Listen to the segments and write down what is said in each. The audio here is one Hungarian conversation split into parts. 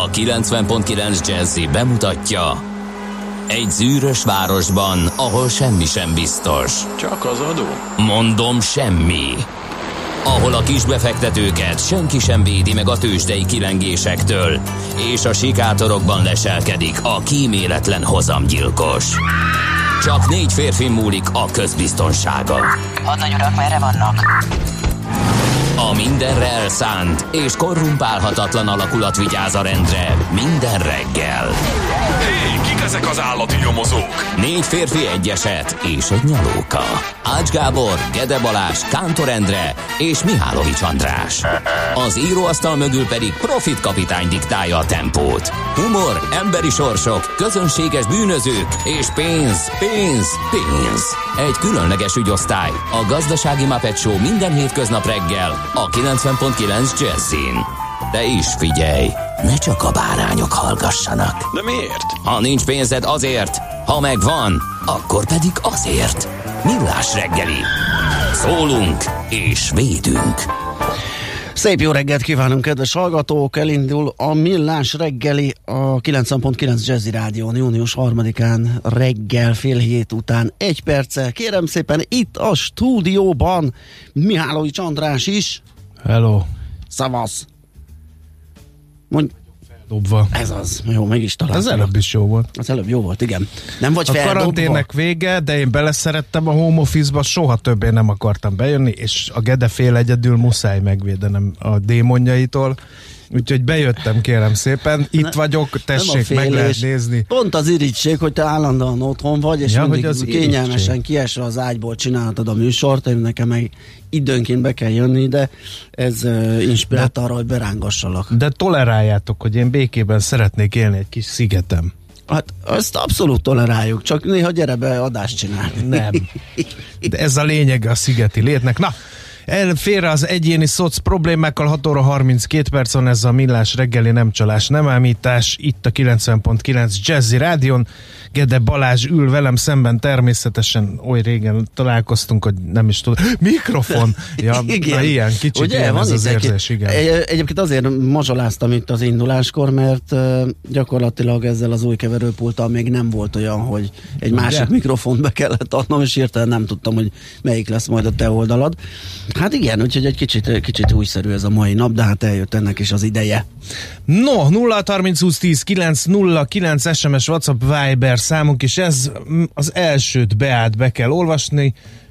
A 90.9 Jazzy bemutatja: egy zűrös városban, ahol semmi sem biztos. Csak az adó? Mondom, semmi. Ahol a kisbefektetőket senki sem védi meg a tőzsdei kilengésektől, és a sikátorokban leselkedik a kíméletlen hozamgyilkos. Csak 4 férfi múlik a közbiztonsága. Hadnagy urak, merre vannak? A mindenre elszánt és korrumpálhatatlan alakulat vigyáz a rendre minden reggel. Hé, kik ezek az állati nyomozók? 4 férfi, egy eset és egy nyalóka. Ács Gábor, Gede Balázs, Kántor Endre és Mihálovics András. Az íróasztal mögül pedig Profit kapitány diktálja a tempót. Humor, emberi sorsok, közönséges bűnözők és pénz, pénz, pénz. Egy különleges ügyosztály, a Gazdasági Muppet Show minden hétköznap reggel a 90.9 Jazzyn. De is figyelj, ne csak a bárányok hallgassanak. De miért? Ha nincs pénzed, azért, ha megvan, akkor pedig azért. Millás reggeli. Szólunk és védünk. Szép jó reggelt kívánunk, kedves hallgatók! Elindul a Millás reggeli a 90.9 Jazzy Rádión június 3-án reggel fél 7 után 1 perccel. Kérem szépen, itt a stúdióban Mihálovics András is. Hello. Szavasz! Mondj, Dobva. ez az. Jó, meg is találtam. Az előbb is jó volt. Az előbb jó volt, igen. Nem vagy A feldobva? karanténnek vége, de én beleszerettem a home office-ba, soha többé nem akartam bejönni, és a Gede fél egyedül muszáj megvédenem a démonjaitól. Úgyhogy bejöttem, kérem szépen. Itt vagyok, tessék, meg lehet nézni. Pont az irigység, hogy te állandóan otthon vagy, és Ja, mindig hogy az kényelmesen irigység. kiesve az ágyból csináltad a műsort, én nekem meg időnként be kell jönni, de ez inspirált arra, hogy berángassalak. De toleráljátok, hogy én békében szeretnék élni egy kis szigetem. Hát azt abszolút toleráljuk, csak néha gyere be adást csinálni. Nem. De ez a lényege a szigeti létnek. Na, félre az egyéni szoc problémákkal, 6 óra 32 percon, ez a Millás reggeli, nem csalás, nem ámítás, itt a 90.9 Jazzy Rádion. Gede Balázs ül velem szemben, természetesen oly régen találkoztunk, hogy nem is tudom. Mikrofon! Ja, Igen. Na, ilyen kicsit Ugye, ilyen van ez itt az érzés, igen. Egyébként azért mazsoláztam itt az induláskor, mert gyakorlatilag ezzel az új keverőpulttal még nem volt olyan, hogy egy másik mikrofont be kellett adnom, és hirtelen nem tudtam, hogy melyik lesz majd a te oldalad. Hát igen, úgyhogy egy kicsit újszerű ez a mai nap, de hát eljött ennek is az ideje. No, 0-30 20 10 909 SMS, WhatsApp, Viber számunk is, ez az elsőt be kell olvasni,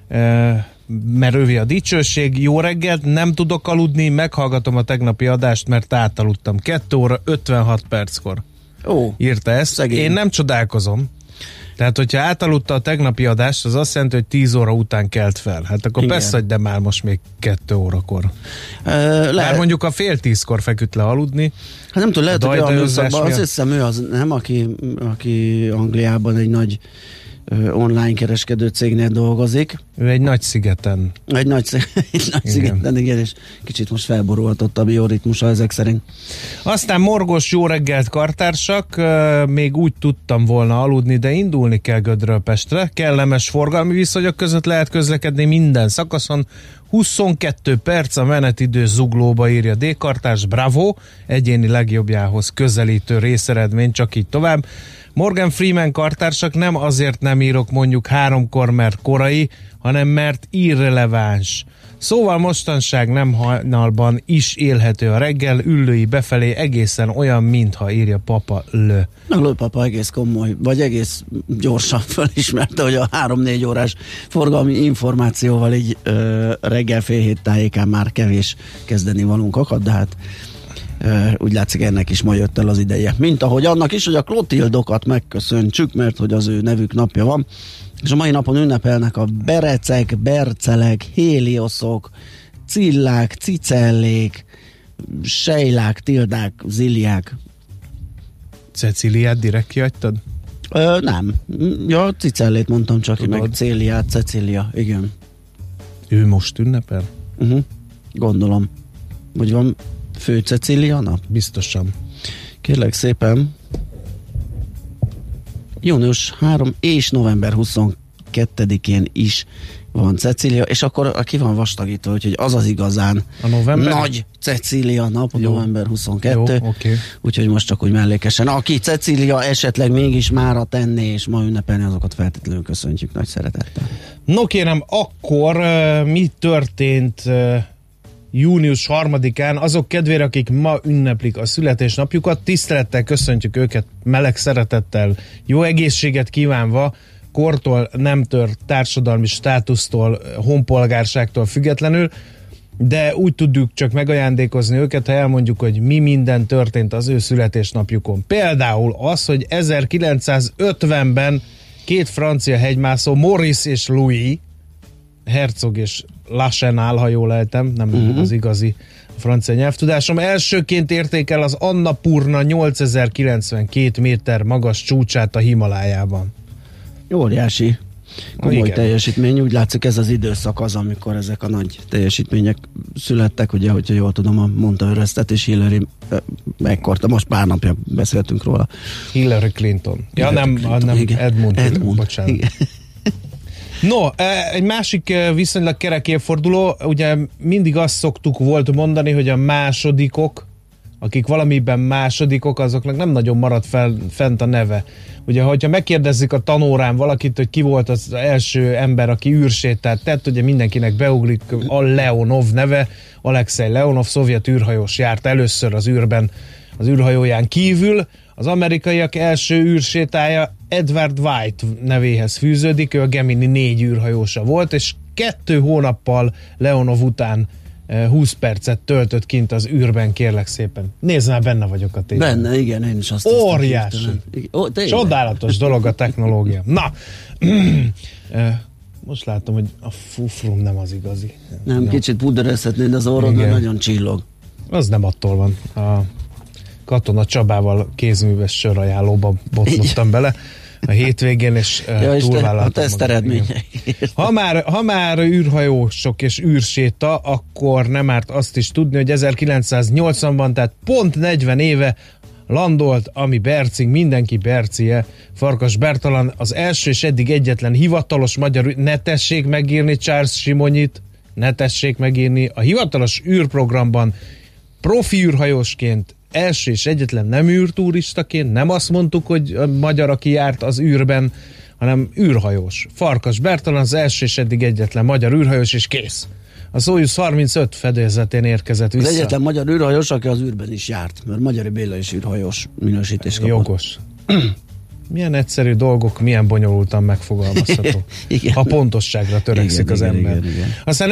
mert ővé a dicsőség. Jó reggelt, nem tudok aludni, meghallgatom a tegnapi adást, mert átaludtam 2 óra 56 perckor. Ó, Írta ezt. szegény. Én nem csodálkozom. Tehát, hogyha átaludta a tegnapi adást, az azt jelenti, hogy 10 óra után kelt fel. Hát akkor Igen. persze, hogy de már most még 2 órakor. Bár mondjuk a fél 10-kor feküdt le aludni. Hát nem tudom, lehet, A hogy olyan dajtajozás műszakban, azt miatt? hiszem ő az, nem, aki Angliában egy nagy online kereskedő cégnél dolgozik. Ő egy nagy szigeten. Egy nagy szigeten, igen, és kicsit most felborulhatott a bioritmusa ezek szerint. Aztán morgos jó reggelt, kartársak, még úgy tudtam volna aludni, de indulni kell Gödről Pestre. Kellemes forgalmi viszonyok között lehet közlekedni minden szakaszon. 22 perc a menetidő zuglóba, írja D-kartárs, bravo, egyéni legjobbjához közelítő részeredmény, csak így tovább. Morgan Freeman kartársak, nem azért nem írok mondjuk 3-kor, mert korai, hanem mert irreleváns. Szóval mostanság nem hajnalban is élhető a reggel, Üllői befelé egészen olyan, mintha, írja Papa Lö. A lőpapa egész komoly, vagy egész gyorsan felismerte, hogy a 3-4 órás forgalmi információval így reggel fél 7 tájékán már kevés kezdeni valunk akad, de hát úgy látszik, ennek is ma jött el az ideje. Mint ahogy annak is, hogy a Klotildokat megköszöntsük, mert hogy az ő nevük napja van, és a mai napon ünnepelnek a Berecek, Bercelek, Hélioszok, Cillák, Cicellék, Sejlák, Tildák, Ziliák. Ceciliát direkt kihagytad? Nem. Ja, Cicellét mondtam csak, Tudod. meg Céliát, Cecília, igen. Ő most ünnepel? Gondolom. Vagy van fő Cecília nap? Biztosan. Kérlek szépen. Június 3 és november 22-én is van Cecília, és akkor ki van vastagítva, úgyhogy az az igazán a november? Nagy Cecília nap, november 22. Jó, okay. Úgyhogy most csak úgy mellékesen. Aki Cecília esetleg mégis mára tenné, és ma ünnepelni, azokat feltétlenül köszöntjük nagy szeretettel. No kérem, akkor mi történt június 3-án azok kedvére, akik ma ünneplik a születésnapjukat? Tisztelettel köszöntjük őket, meleg szeretettel, jó egészséget kívánva, kortól, nemtől, társadalmi státusztól, honpolgárságtól függetlenül, de úgy tudjuk csak megajándékozni őket, ha elmondjuk, hogy mi minden történt az ő születésnapjukon. Például az, hogy 1950-ben két francia hegymászó, Maurice és Louis, Herzog és Lachenal, ha jól ejtem, nem az igazi francia nyelvtudásom, elsőként érték el az Annapurna 8092 méter magas csúcsát a Himalájában. Óriási komoly teljesítmény, úgy látszik ez az időszak az, amikor ezek a nagy teljesítmények születtek, ugye, hogyha jól tudom, a Monta Everestet és Hillary megkorta, most pár napja beszéltünk róla. Hillary Clinton. Ja, nem Edmund. Bocsánat. Igen. No, egy másik viszonylag kerek évforduló, ugye mindig azt szoktuk volt mondani, hogy a másodikok, akik valamiben másodikok, azoknak nem nagyon marad fent a neve. Ugye, hogyha megkérdezzük a tanórán valakit, hogy ki volt az első ember, aki űrsétált tett, ugye mindenkinek beugrik a Leonov neve, Alexei Leonov, szovjet űrhajós járt először az űrben, az űrhajóján kívül. Az amerikaiak első űrsétája Edward White nevéhez fűződik, ő a Gemini 4 űrhajósa volt, és 2 hónappal Leonov után 20 percet töltött kint az űrben, kérlek szépen. Nézd már, benne vagyok a tévében. Benne, igen, én is azt óriási. Csodálatos dolog a technológia. Na, most látom, hogy a fufrum nem az igazi. Nem, kicsit pudrözhetnéd az orrod, mert nagyon csillog. Az nem attól van. A Katona Csabával kézműves sörajánlóba botlottam bele a hétvégén, és túlvállaltam. A teszt eredménye. Ha már űrhajósok és űrséta, akkor nem árt azt is tudni, hogy 1980-ban, tehát pont 40 éve landolt, ami Bercing, mindenki Bercie, Farkas Bertalan, az első és eddig egyetlen hivatalos magyar, ne tessék megírni Charles Simonyit, ne tessék megírni, a hivatalos űrprogramban profi űrhajósként, első és egyetlen nem űrturistaként, nem azt mondtuk, hogy a magyar, aki járt az űrben, hanem űrhajós. Farkas Bertalan az első és eddig egyetlen magyar űrhajós, és kész. A Soyuz 35 fedélzetén érkezett vissza. Az egyetlen magyar űrhajós, aki az űrben is járt, mert Magyari Béla is űrhajós minősítést kapott. Jogos. Milyen egyszerű dolgok, milyen bonyolultan megfogalmazható. Ha pontosságra törekszik az ember. Igen. Aztán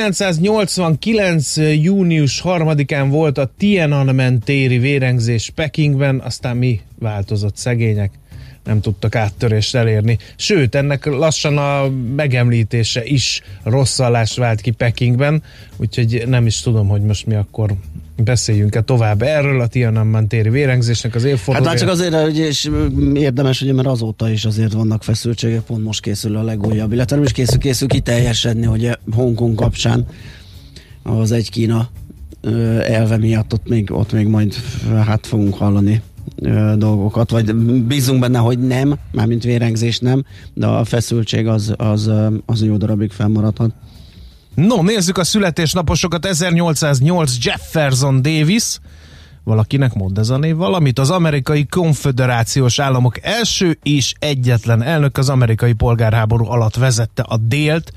1989. június 3-án volt a Tiananmen téri vérengzés Pekingben, aztán mi változott, szegények? Nem tudtak áttörést elérni. Sőt, ennek lassan a megemlítése is rosszallást vált ki Pekingben, úgyhogy nem is tudom, hogy most mi akkor beszéljünk-e tovább erről a Tiananmen téri vérengzésnek az évfordulója. Hát már csak azért, hogy és érdemes, ugye, mert azóta is azért vannak feszültségek, pont most készül a legújabb, illetve nem is készül kiteljesedni, hogy Hongkong kapcsán az egy Kína elve miatt ott még majd hát fogunk hallani dolgokat, vagy bízunk benne, hogy nem, mármint vérengzés nem, de a feszültség az jó darabig fennmaradhat. No, nézzük a születésnaposokat. 1808 Jefferson Davis, valakinek mond ez a név valamit, az amerikai konföderációs államok első és egyetlen elnök, az amerikai polgárháború alatt vezette a délt.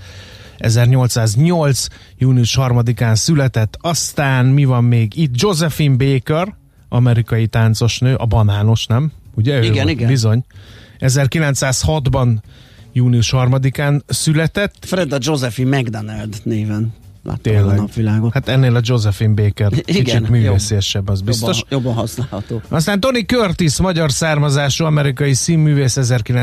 1808. június 3-án született. Aztán mi van még itt? Josephine Baker, amerikai táncosnő, a banános, nem? Ugye? Igen. Bizony. 1906-ban június 3-án született. Freda Josephine McDonald néven láttam a napvilágot. Hát ennél a Josephine Baker kicsit művészesebb, az biztos. Jobban használható. Aztán Tony Curtis, magyar származású amerikai színművész,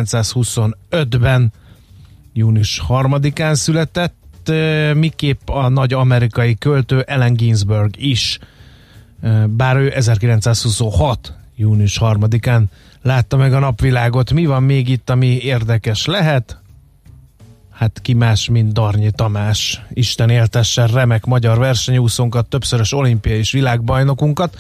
1925-ben június 3-án született, miképp a nagy amerikai költő Allen Ginsberg is, bár ő 1926. június 3-án látta meg a napvilágot. Mi van még itt, ami érdekes lehet? Hát ki más, mint Darnyi Tamás. Isten éltessen remek magyar versenyúszónkat, többszörös olimpiai és világbajnokunkat,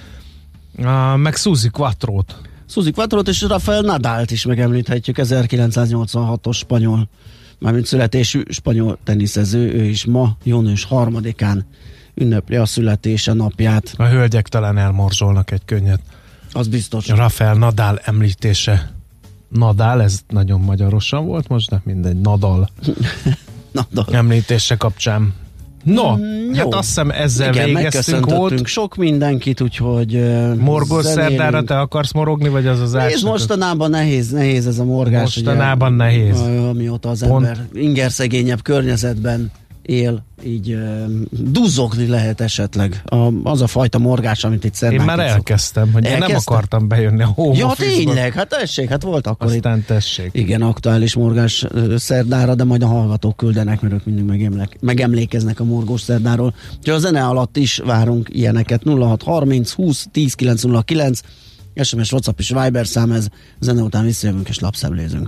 meg Suzy Quatrót. Suzy Quatrót és Rafael Nadált is megemlíthetjük, 1986-os spanyol mármint születésű spanyol teniszező, ő is ma, június 3-án ünnepli a születése napját. A hölgyek talán elmorzsolnak egy könnyet. Az biztos. Rafael Nadal említése. Nadal, ez nagyon magyarosan volt most, de mindegy, Nadal. Említése kapcsán. No, hát azt hiszem ezzel végeztünk volt. Sok mindenkit, úgyhogy morgos szerdára te akarsz morogni, vagy az az és mostanában nehéz ez a morgás. Mostanában ugye, nehéz. Amióta az ember ingerszegényebb környezetben él, így duzzogni lehet esetleg. Az a fajta morgás, amit itt szerdán. Én már elkezdtem, hogy én nem akartam bejönni a home ja, office-ba. tényleg, hát tessék, hát volt akkor aztán itt. Tessék. Igen, aktuális morgás szerdára, de majd a hallgatók küldenek, mert ők mindig megemlékeznek a morgós szerdáról. Úgyhogy a zene alatt is várunk ilyeneket. 0630 20 10 909 SMS, WhatsApp és Viber szám, ez zene után visszajövünk és lapszemlézünk.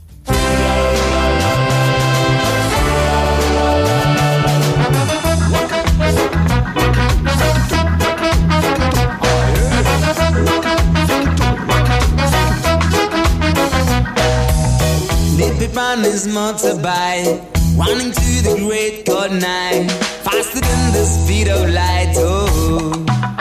On his motorbike, running to the great cold night, faster than the speed of light. Oh,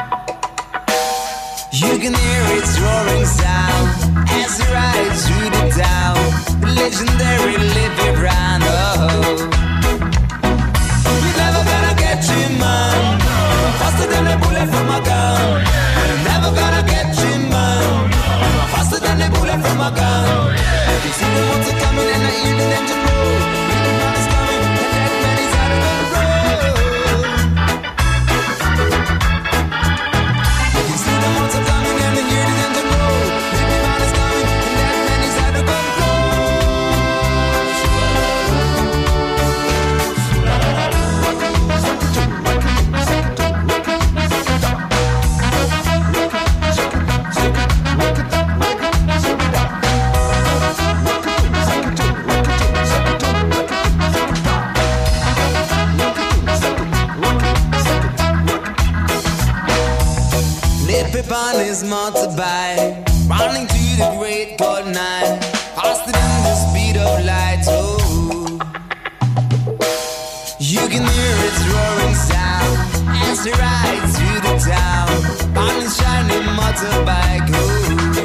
you can hear its roaring sound as it rides through the town. The legendary Lippy Brown. Oh, you're never gonna get him, man. Faster than a bullet from a gun. You're never gonna get him, man. Faster than a bullet from a gun. You see the motor coming and I hear the engine roll. The man is coming and that man is out of control. You see the motor coming and I hear the engine roll. The man is coming and that man is out of control. On his motorbike, running to the great cold night, faster than the speed of light. Oh, you can hear its roaring sound as it rides through the town on his shining motorbike. Oh,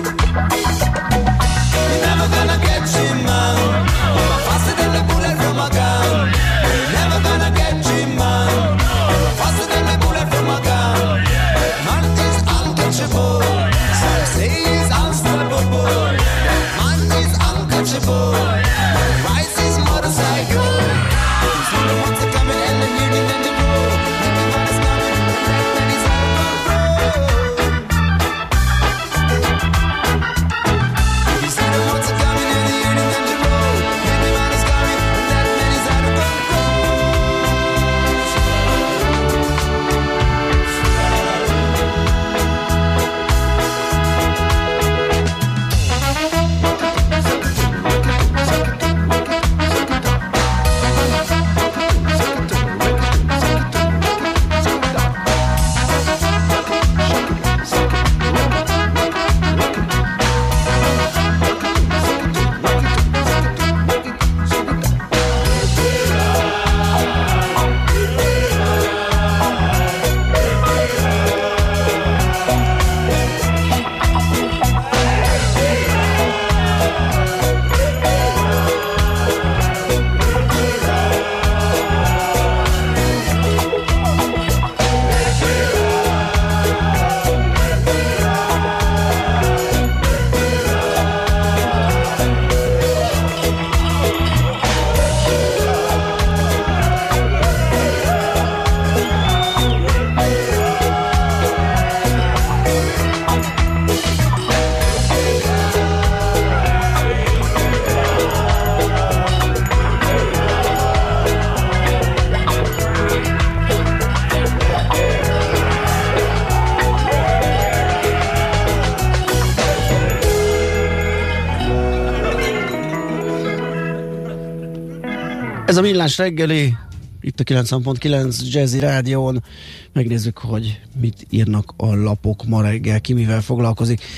you're never gonna catch him, man. Faster than a bullet from a gun. You're never gonna catch him, man. Faster than a bullet from a gun. Man is untouchable. Some say he's unstoppable. Man is untouchable. Rides his motorcycle. You see the motor coming and the hear the engine roll. Everyone is coming and that man is out of control. You see the motor coming and the hear the engine roll. Everyone is coming and that man is out of control. Ez a Millás reggeli, itt a 90.9 Jazzy Rádión. Megnézzük, hogy mit írnak a lapok ma reggel, ki mivel foglalkozik.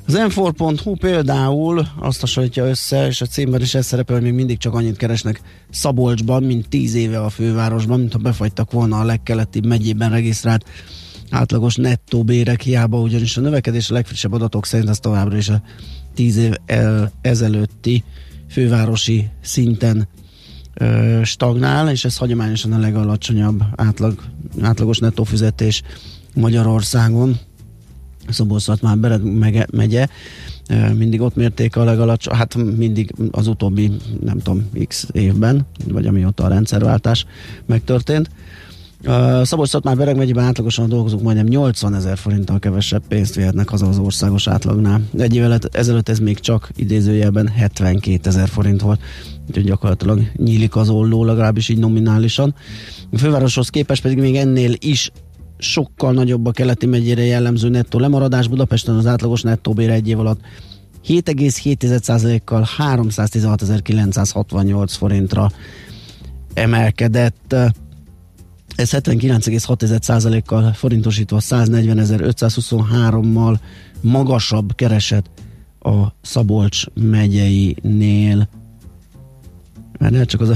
Az m4.hu például azt hasonlítja össze, és a címben is ez szerepel, hogy még mindig csak annyit keresnek Szabolcsban, mint 10 éve a fővárosban, mint ha befagytak volna a legkeletibb megyében regisztrált átlagos nettó bérek, hiába ugyanis a növekedés a legfrissebb adatok szerint az továbbra is a 10 év ezelőtti fővárosi szinten stagnál, és ez hagyományosan a legalacsonyabb átlagos nettó fizetés Magyarországon. Szabolcs-Szatmár-Bereg megye, mindig ott mérték a legalacsony, hát mindig az utóbbi, nem tudom, x évben, vagy amióta a rendszerváltás megtörtént. Szabolcs-Szatmár-Bereg megyében átlagosan a dolgozók majdnem 80 000 forinttal kevesebb pénzt vihetnek haza az országos átlagnál. Egy évvel ezelőtt ez még csak idézőjelben 72 000 forint volt, úgyhogy gyakorlatilag nyílik az olló, legalábbis így nominálisan. A fővároshoz képest pedig még ennél is sokkal nagyobb a keleti megyére jellemző nettó lemaradás. Budapesten az átlagos nettó bér egy év alatt 7,7%-kal 316.968 forintra emelkedett. Ez 79,6%-kal forintosítva 140.523-mal magasabb kereset a Szabolcs megyeinél. Mert csak az a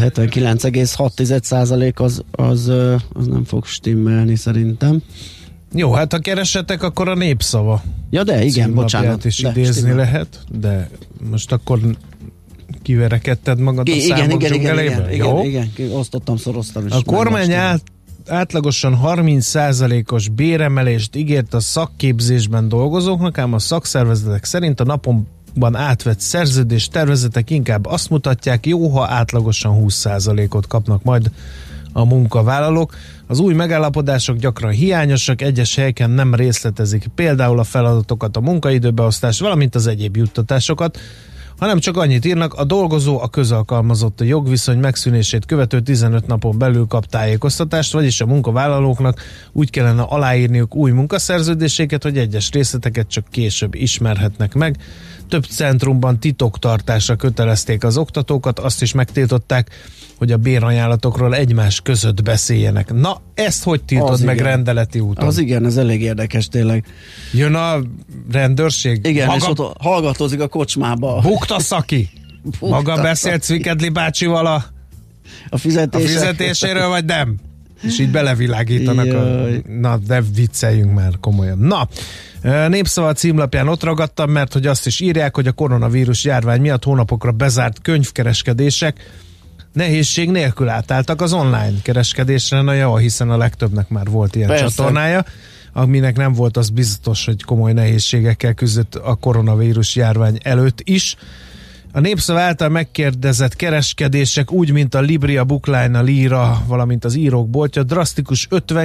79,6% az nem fog stimmelni szerintem. Jó, hát ha keresetek, akkor a Népszava. Ja, de igen, bocsánat. is idézni lehet, de most akkor kiverekedted magad a számok dzsungelébe? Igen, osztottam, szoroztam. A kormány átlagosan 30%-os béremelést ígért a szakképzésben dolgozóknak, ám a szakszervezetek szerint a naponban átvett szerződés tervezetek inkább azt mutatják, jó, ha átlagosan 20%-ot kapnak majd a munkavállalók. Az új megállapodások gyakran hiányosak, egyes helyeken nem részletezik például a feladatokat, a munkaidőbeosztást, valamint az egyéb juttatásokat, hanem csak annyit írnak, a dolgozó, a közalkalmazott a jogviszony megszűnését követő 15 napon belül kap tájékoztatást, vagyis a munkavállalóknak úgy kellene aláírniuk új munkaszerződéseket, hogy egyes részleteket csak később ismerhetnek meg. Több centrumban titoktartásra kötelezték az oktatókat, azt is megtiltották, hogy a bérajánlatokról egymás között beszéljenek. Na, ezt hogy tiltod meg rendeleti úton? Az igen, ez elég érdekes tényleg. Jön a rendőrség? Igen, és ott hallgatózik a kocsmába. Bukta ki! Maga beszélt Cvikedli bácsival a fizetéséről, vagy nem? És így belevilágítanak. Na, de vicceljünk már komolyan. Na, Népszava címlapján ott ragadtam, mert hogy azt is írják, hogy a koronavírus járvány miatt hónapokra bezárt könyvkereskedések nehézség nélkül átálltak az online kereskedésre, na jó, hiszen a legtöbbnek már volt ilyen csatornája, aminek nem volt, az biztos, hogy komoly nehézségekkel küzdött a koronavírus járvány előtt is. A Népszava által megkérdezett kereskedések úgy, mint a Libri, a Bookline, a Lira, valamint az írók boltja, drasztikus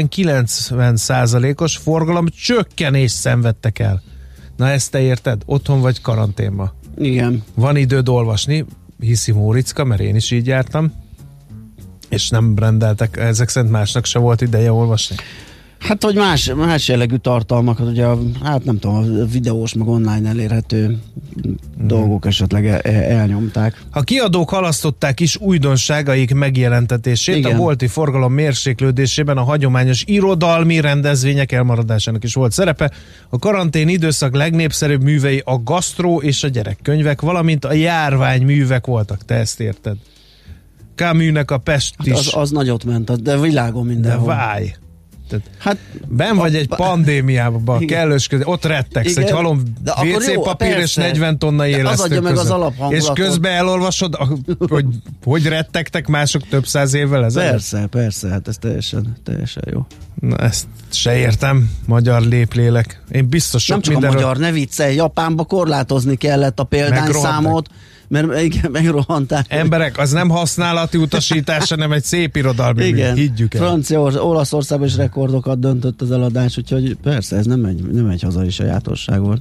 50-90%-os forgalom csökkenést szenvedtek el. Na ezt te érted? Otthon vagy karanténban. Igen. Van időd olvasni, hiszi Móriczka, mert én is így jártam, és nem rendeltek, ezek szerint másnak se volt ideje olvasni. Hát, hogy más jellegű tartalmakat, ugye, hát nem tudom, a videós, meg online elérhető dolgok esetleg elnyomták. A kiadók halasztották is újdonságaik megjelentetését. Igen. A bolti forgalom mérséklődésében a hagyományos irodalmi rendezvények elmaradásának is volt szerepe. A karantén időszak legnépszerűbb művei a gasztró és a gyerekkönyvek, valamint a járványművek voltak. Te ezt érted? Camusnek a Pest is. Hát az nagyot ment, de világon mindenhol. De válj! Hát benn vagy egy pandémiában, kellős közé, ott rettegsz, egy halom WC papír és 40 tonna élesztő között. És közben elolvasod, hogy rettegtek mások több száz évvel ezelőtt? Persze, hát ez teljesen jó. Na ezt se értem, magyar léplélek. Én biztos sok nem csak mindenről... a magyar, ne viccelj, Japánba korlátozni kellett a példányszámot, mert igen, megrohanták. Emberek, az nem használati utasítás, hanem egy szép irodalmi mű, higgyük el. Olaszországban is rekordokat döntött az eladás, úgyhogy persze, ez nem egy hazai sajátosság volt.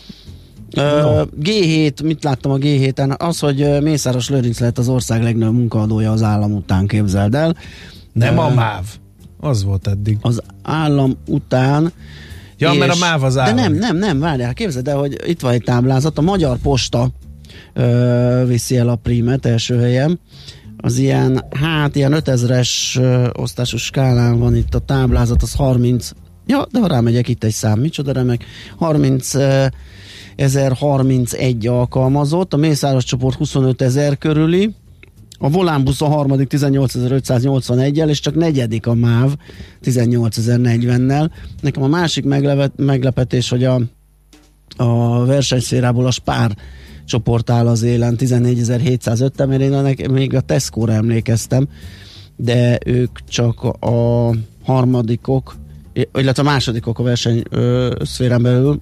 G7, mit láttam a G7-en? Az, hogy Mészáros Lőrinc lett az ország legnagyobb munkaadója az állam után, képzeld el. Nem a MÁV. Az volt eddig. Az állam után. Ja, mert a MÁV az állam. De nem, várjál, képzeld el, hogy itt van egy táblázat, a Magyar Posta viszi el a prímet első helyen. Az ilyen 5000-es osztásos skálán van itt a táblázat, az Ja, de ha rámegyek, itt egy szám, micsoda remek. 30.031 alkalmazott, a Mészáros csoport 25.000 körüli, a Volánbusz a harmadik 18.581-el, és csak negyedik a MÁV 18.040-nel. Nekem a másik meglepetés, hogy a versenyszférából a Spár csoport áll az élen 14.705-en, mert én még a Tesco-ra emlékeztem, de ők csak a harmadikok, illetve a másodikok a versenyszférán belül,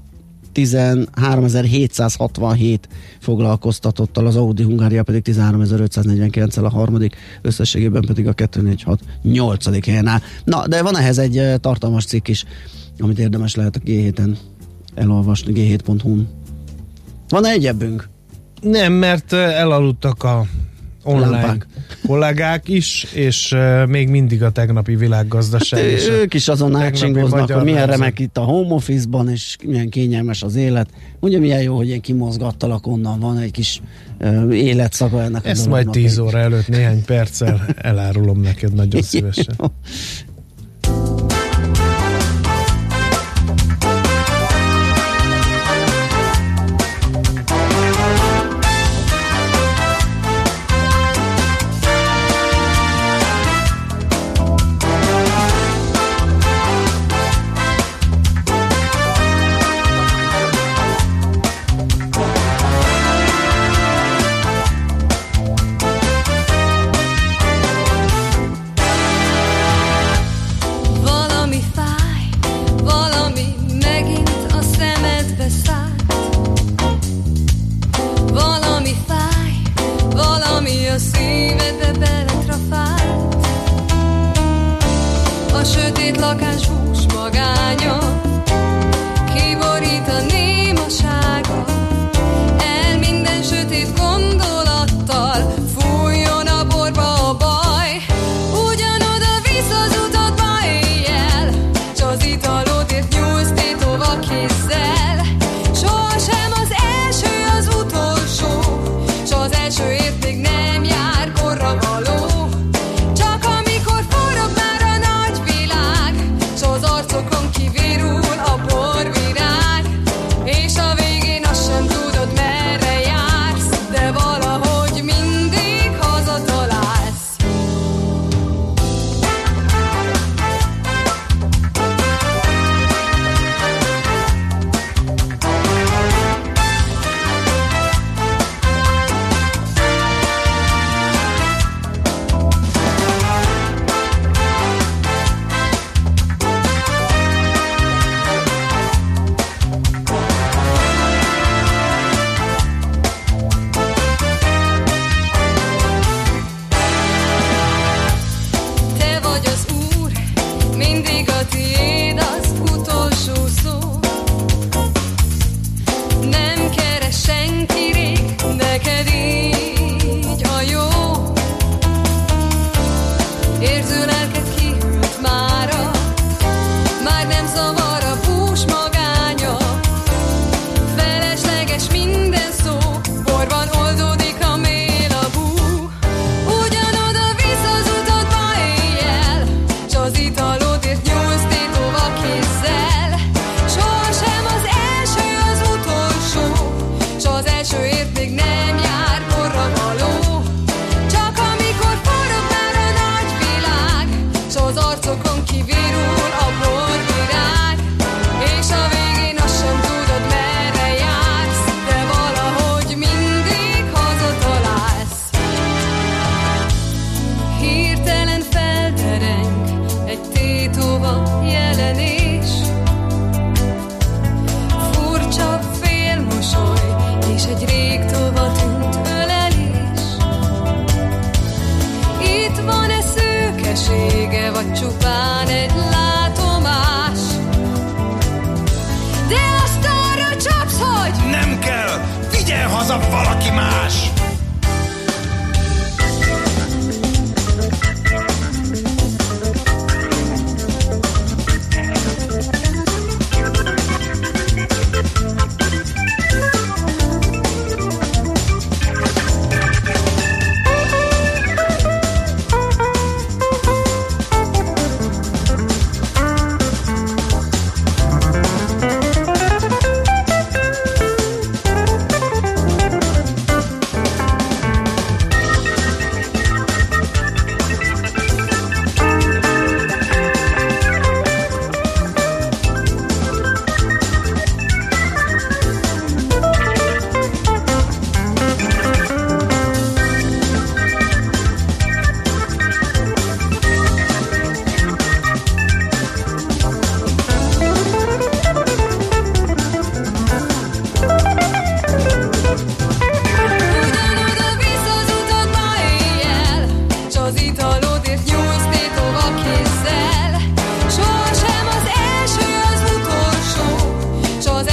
13.767 foglalkoztatottal, az Audi Hungária pedig 13.549-el a harmadik, összességében pedig a 246 8. helyen áll. Na, de van ehhez egy tartalmas cikk is, amit érdemes lehet a G7-en elolvasni, g7.hu-n. Van egyebünk? Nem, mert elaludtak a online lámpák. Kollégák is, és még mindig a tegnapi világgazdaság. Hát ők is azon átcsingoznak, hogy milyen remek itt a home office-ban, és milyen kényelmes az élet. Ugye milyen jó, hogy én kimozgattalak onnan, van egy kis életszaka ennek. Ezt majd 10 óra előtt néhány perccel elárulom neked nagyon szívesen.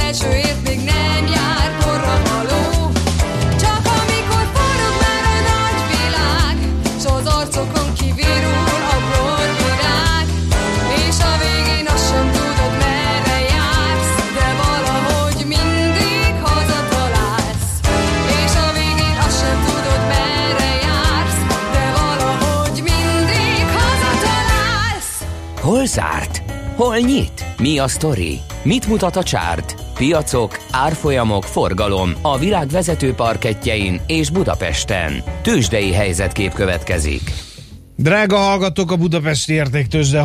belsőért még nem jár korra való. Csak amikor forog már a nagy világ, s az arcokon kivirul a borvirág, és a végén azt sem tudod, merre jársz, de valahogy mindig hazatalálsz. És a végén azt sem tudod, merre jársz, de valahogy mindig hazatalálsz. Hol zárt? Hol nyit? Mi a sztori? Mit mutat a csárt? Piacok, árfolyamok, forgalom a világ vezető parkettjein és Budapesten. Tőzsdei helyzetkép következik. Drága hallgatók, a budapesti értéktőzsde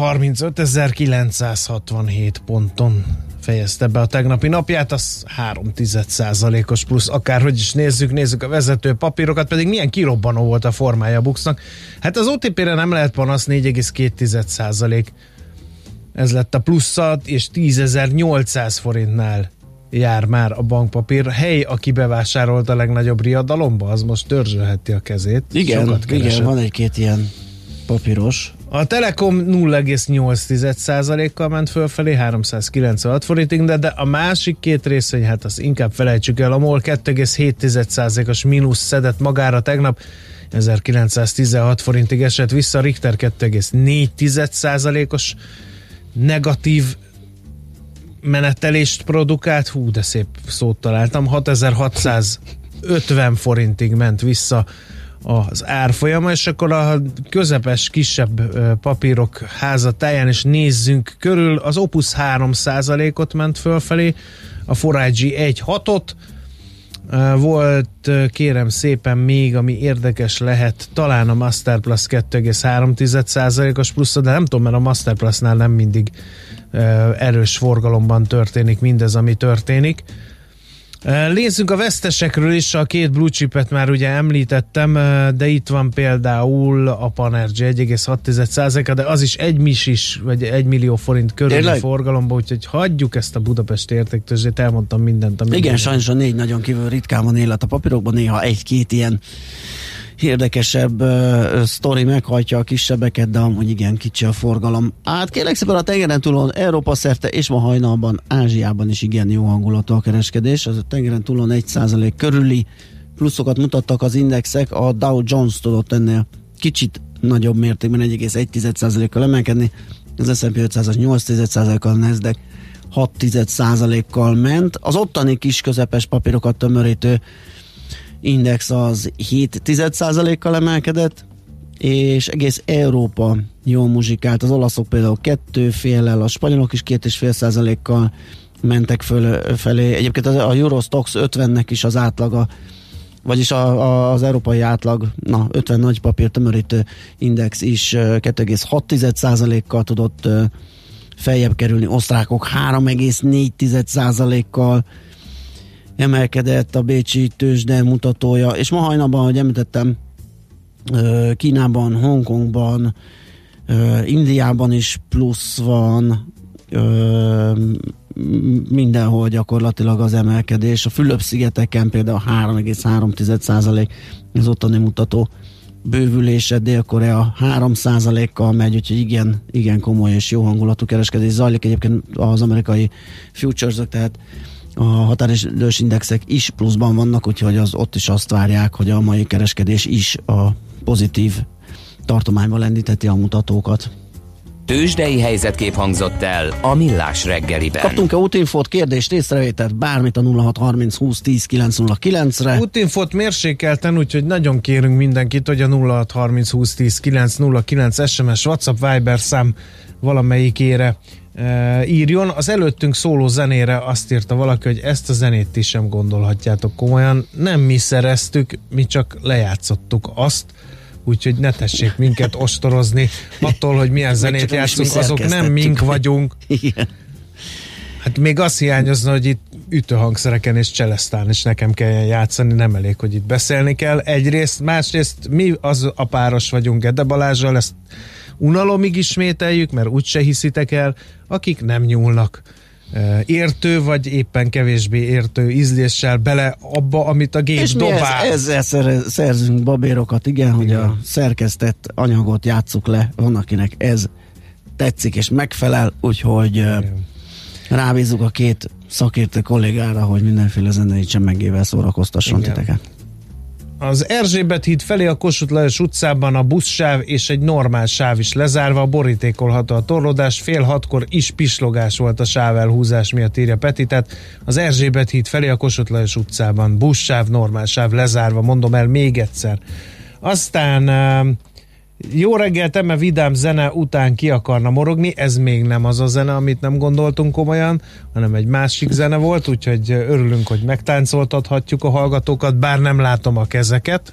35.967 ponton fejezte be a tegnapi napját, az 0,3%-os plusz, akárhogy is nézzük a vezető papírokat, pedig milyen kirobbanó volt a formája a BUX-nak. Hát az OTP-re nem lehet panasz, 4,2%. Ez lett a plusszat, és 10.800 forintnál jár már a bankpapír. Hely, aki bevásárolt a legnagyobb riadalomba, az most törzsölheti a kezét. Igen, van egy-két ilyen papíros. A Telekom 0,8%-kal ment fölfelé, 396 forintig, de a másik két részvény, hát azt inkább felejtsük el, a MOL 2,7%-os mínusz szedett magára tegnap, 1916 forintig esett vissza, a Richter 2,4%-os negatív menetelést produkált, de szép szót találtam, 6650 forintig ment vissza az árfolyama, és akkor a közepes, kisebb papírok házatáján is nézzünk körül. Az Opus 3%-ot ment fölfelé, a Forágyi 1,6-ot, volt kérem szépen még, ami érdekes lehet, talán a Masterplus 2,3%-os plusz, de nem tudom, mert a Masterplusnál nem mindig erős forgalomban történik mindez, ami történik. Nézzünk a vesztesekről is, a két blue chipet már ugye említettem, de itt van például a Panergy 1,6%-a, de az is vagy 1 millió forint körüli forgalomban, úgyhogy hagyjuk ezt a budapesti értéktőzsdét, elmondtam mindent. Igen, sajnos a 4 nagyon kívül ritkán van élet a papírokban, néha egy-két ilyen érdekesebb sztori meghajtja a kisebbeket, de amúgy igen, kicsi a forgalom. Hát kérlek szépen a tengeren túlon Európa szerte és ma hajnalban Ázsiában is igen jó hangulatú a kereskedés. Az a tengeren túlon 1% körüli pluszokat mutattak az indexek, a Dow Jones tudott ennél kicsit nagyobb mértékben 1,1%-kal emelkedni, az S&P 500-as 8%-kal, a Nasdaq 6%-kal ment. Az ottani kis közepes papírokat tömörítő index az 7%-kal emelkedett, és egész Európa jól muzsikált. Az olaszok például 2,5-lel, a spanyolok is 2,5%-kal mentek felé. Egyébként a Eurostoxx 50-nek is az átlaga, vagyis az európai átlag, 50 nagy papír tömörítő index is 2,6%-kal tudott feljebb kerülni. Osztrákok 3,4%-kal emelkedett a bécsi tőzsde mutatója, és ma hajnalban, ahogy említettem, Kínában, Hongkongban, Indiában is plusz van, mindenhol gyakorlatilag az emelkedés. A Fülöp-szigeteken például 3,3% az ottani mutató bővülése, Dél-Korea 3%-kal megy, úgyhogy igen komoly és jó hangulatú kereskedés zajlik. Egyébként az amerikai futures-ök, tehát a határidős indexek is pluszban vannak, úgyhogy ott is azt várják, hogy a mai kereskedés is a pozitív tartományban lendítheti a mutatókat. Tőzsdei helyzetkép hangzott el a Millás reggeliben. Kaptunk-e útinfót, kérdést, észrevételt, bármit a 0630 20 10 909-re? Útinfót mérsékelten, úgyhogy nagyon kérünk mindenkit, hogy a 0630 20 10 909 SMS, WhatsApp, Viber szám valamelyikére írjon. Az előttünk szóló zenére azt írta valaki, hogy ezt a zenét ti sem gondolhatjátok komolyan. Nem mi szereztük, mi csak lejátszottuk azt, úgyhogy ne tessék minket ostorozni attól, hogy milyen zenét játszunk, azok nem mink vagyunk. Igen. Hát még azt hiányozna, hogy itt ütőhangszereken és cselesztán is nekem kelljen játszani, nem elég, hogy itt beszélni kell. Egyrészt, másrészt mi az a páros vagyunk Gede Balázsral, ezt unalomig ismételjük, mert úgyse hiszitek el, akik nem nyúlnak értő, vagy éppen kevésbé értő ízléssel bele abba, amit a gép és dobál. És ezzel szerzünk babérokat, igen, hogy a szerkesztett anyagot játsszuk le, van akinek ez tetszik és megfelel, úgyhogy rábízzuk a két szakértő kollégára, hogy mindenféle zenei csemegével szórakoztasson titeket. Az Erzsébet híd felé a Kossuth Lajos utcában a buszsáv és egy normál sáv is lezárva, borítékolható a torlódás, 5:30 is pislogás volt a sávelhúzás miatt, írja Peti, tehát az Erzsébet híd felé a Kossuth Lajos utcában buszsáv, normál sáv lezárva, mondom el még egyszer. Aztán jó reggelt, eme vidám zene után ki akarna morogni, ez még nem az a zene, amit nem gondoltunk komolyan, hanem egy másik zene volt, úgyhogy örülünk, hogy megtáncoltathatjuk a hallgatókat, bár nem látom a kezeket.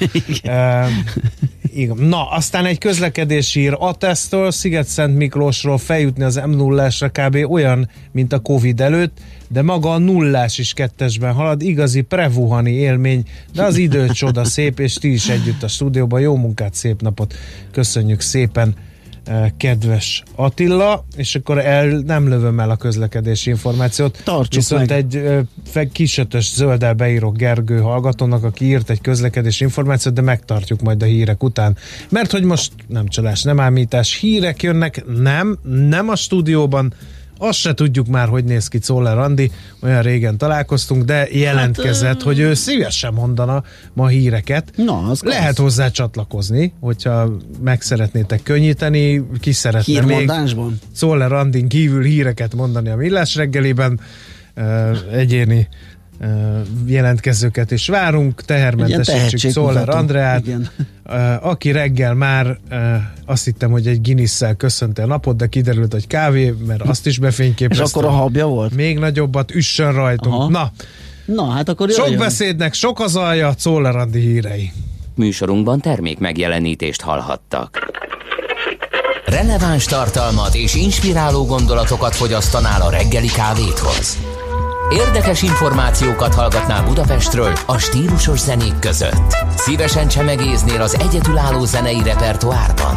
Igen. Na, aztán egy közlekedési ír Atesztől, Sziget-Szent Miklósról feljutni az M0-ásra kb. Olyan, mint a Covid előtt, de maga a nullás is kettesben halad, igazi prevuhani élmény, de az idő csoda szép, és ti is együtt a stúdióban. Jó munkát, szép napot, köszönjük szépen, kedves Attila, és akkor nem lövöm el a közlekedési információt. Tartsuk viszont meg. egy kisötös zölddel beírok Gergő hallgatónak, aki írt egy közlekedési információt, de megtartjuk majd a hírek után. Mert hogy most nem csalás, nem ámítás, hírek jönnek, nem a stúdióban, azt se tudjuk már, hogy néz ki Czoller Andi, olyan régen találkoztunk, de jelentkezett, hogy ő szívesen mondana ma híreket. Na, lehet hozzá csatlakozni, hogyha meg szeretnétek könnyíteni, ki szeretne még Czoller Andin kívül híreket mondani a Millás reggeliben, egyéni jelentkezőket is várunk, tehermentesítsük Czoller Andreát, aki reggel már azt hittem, hogy egy Guinness-szel köszönte a napot, de kiderült, hogy kávé, mert azt is befényképeztem. És akkor a habja volt? Még nagyobbat üssön rajtunk. Aha. Na, hát akkor sok beszédnek sok az alja, Czoller Andi hírei. Műsorunkban termék megjelenítést hallhattak. Releváns tartalmat és inspiráló gondolatokat fogyasztanál a reggeli kávéthoz. Érdekes információkat hallgatnál Budapestről a stílusos zenék között. Szívesen csemegéznél az egyedülálló zenei repertoárban.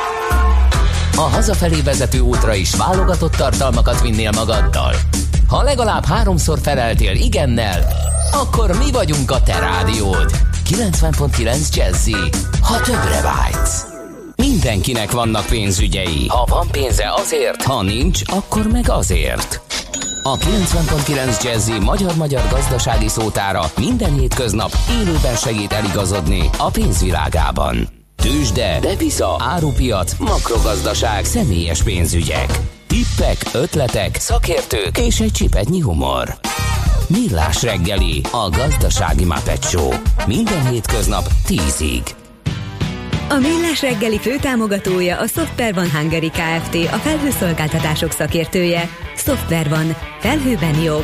A hazafelé vezető útra is válogatott tartalmakat vinnél magaddal. Ha legalább 3-szor feleltél igennel, akkor mi vagyunk a te rádiód. 90.9 Jazzy, ha többre vágysz. Mindenkinek vannak pénzügyei. Ha van pénze, azért, ha nincs, akkor meg azért. A 90.9 Jazzy magyar-magyar gazdasági szótára minden hétköznap élőben segít eligazodni a pénzvilágában. Tőzsde, depisza, árupiac, makrogazdaság, személyes pénzügyek. Tippek, ötletek, szakértők és egy csipetnyi humor. Millás reggeli, a gazdasági Muppet Show. Minden hétköznap 10-ig. A Millás reggeli főtámogatója a Software One Hungary Kft., a felhőszolgáltatások szakértője. Software One. Felhőben jobb.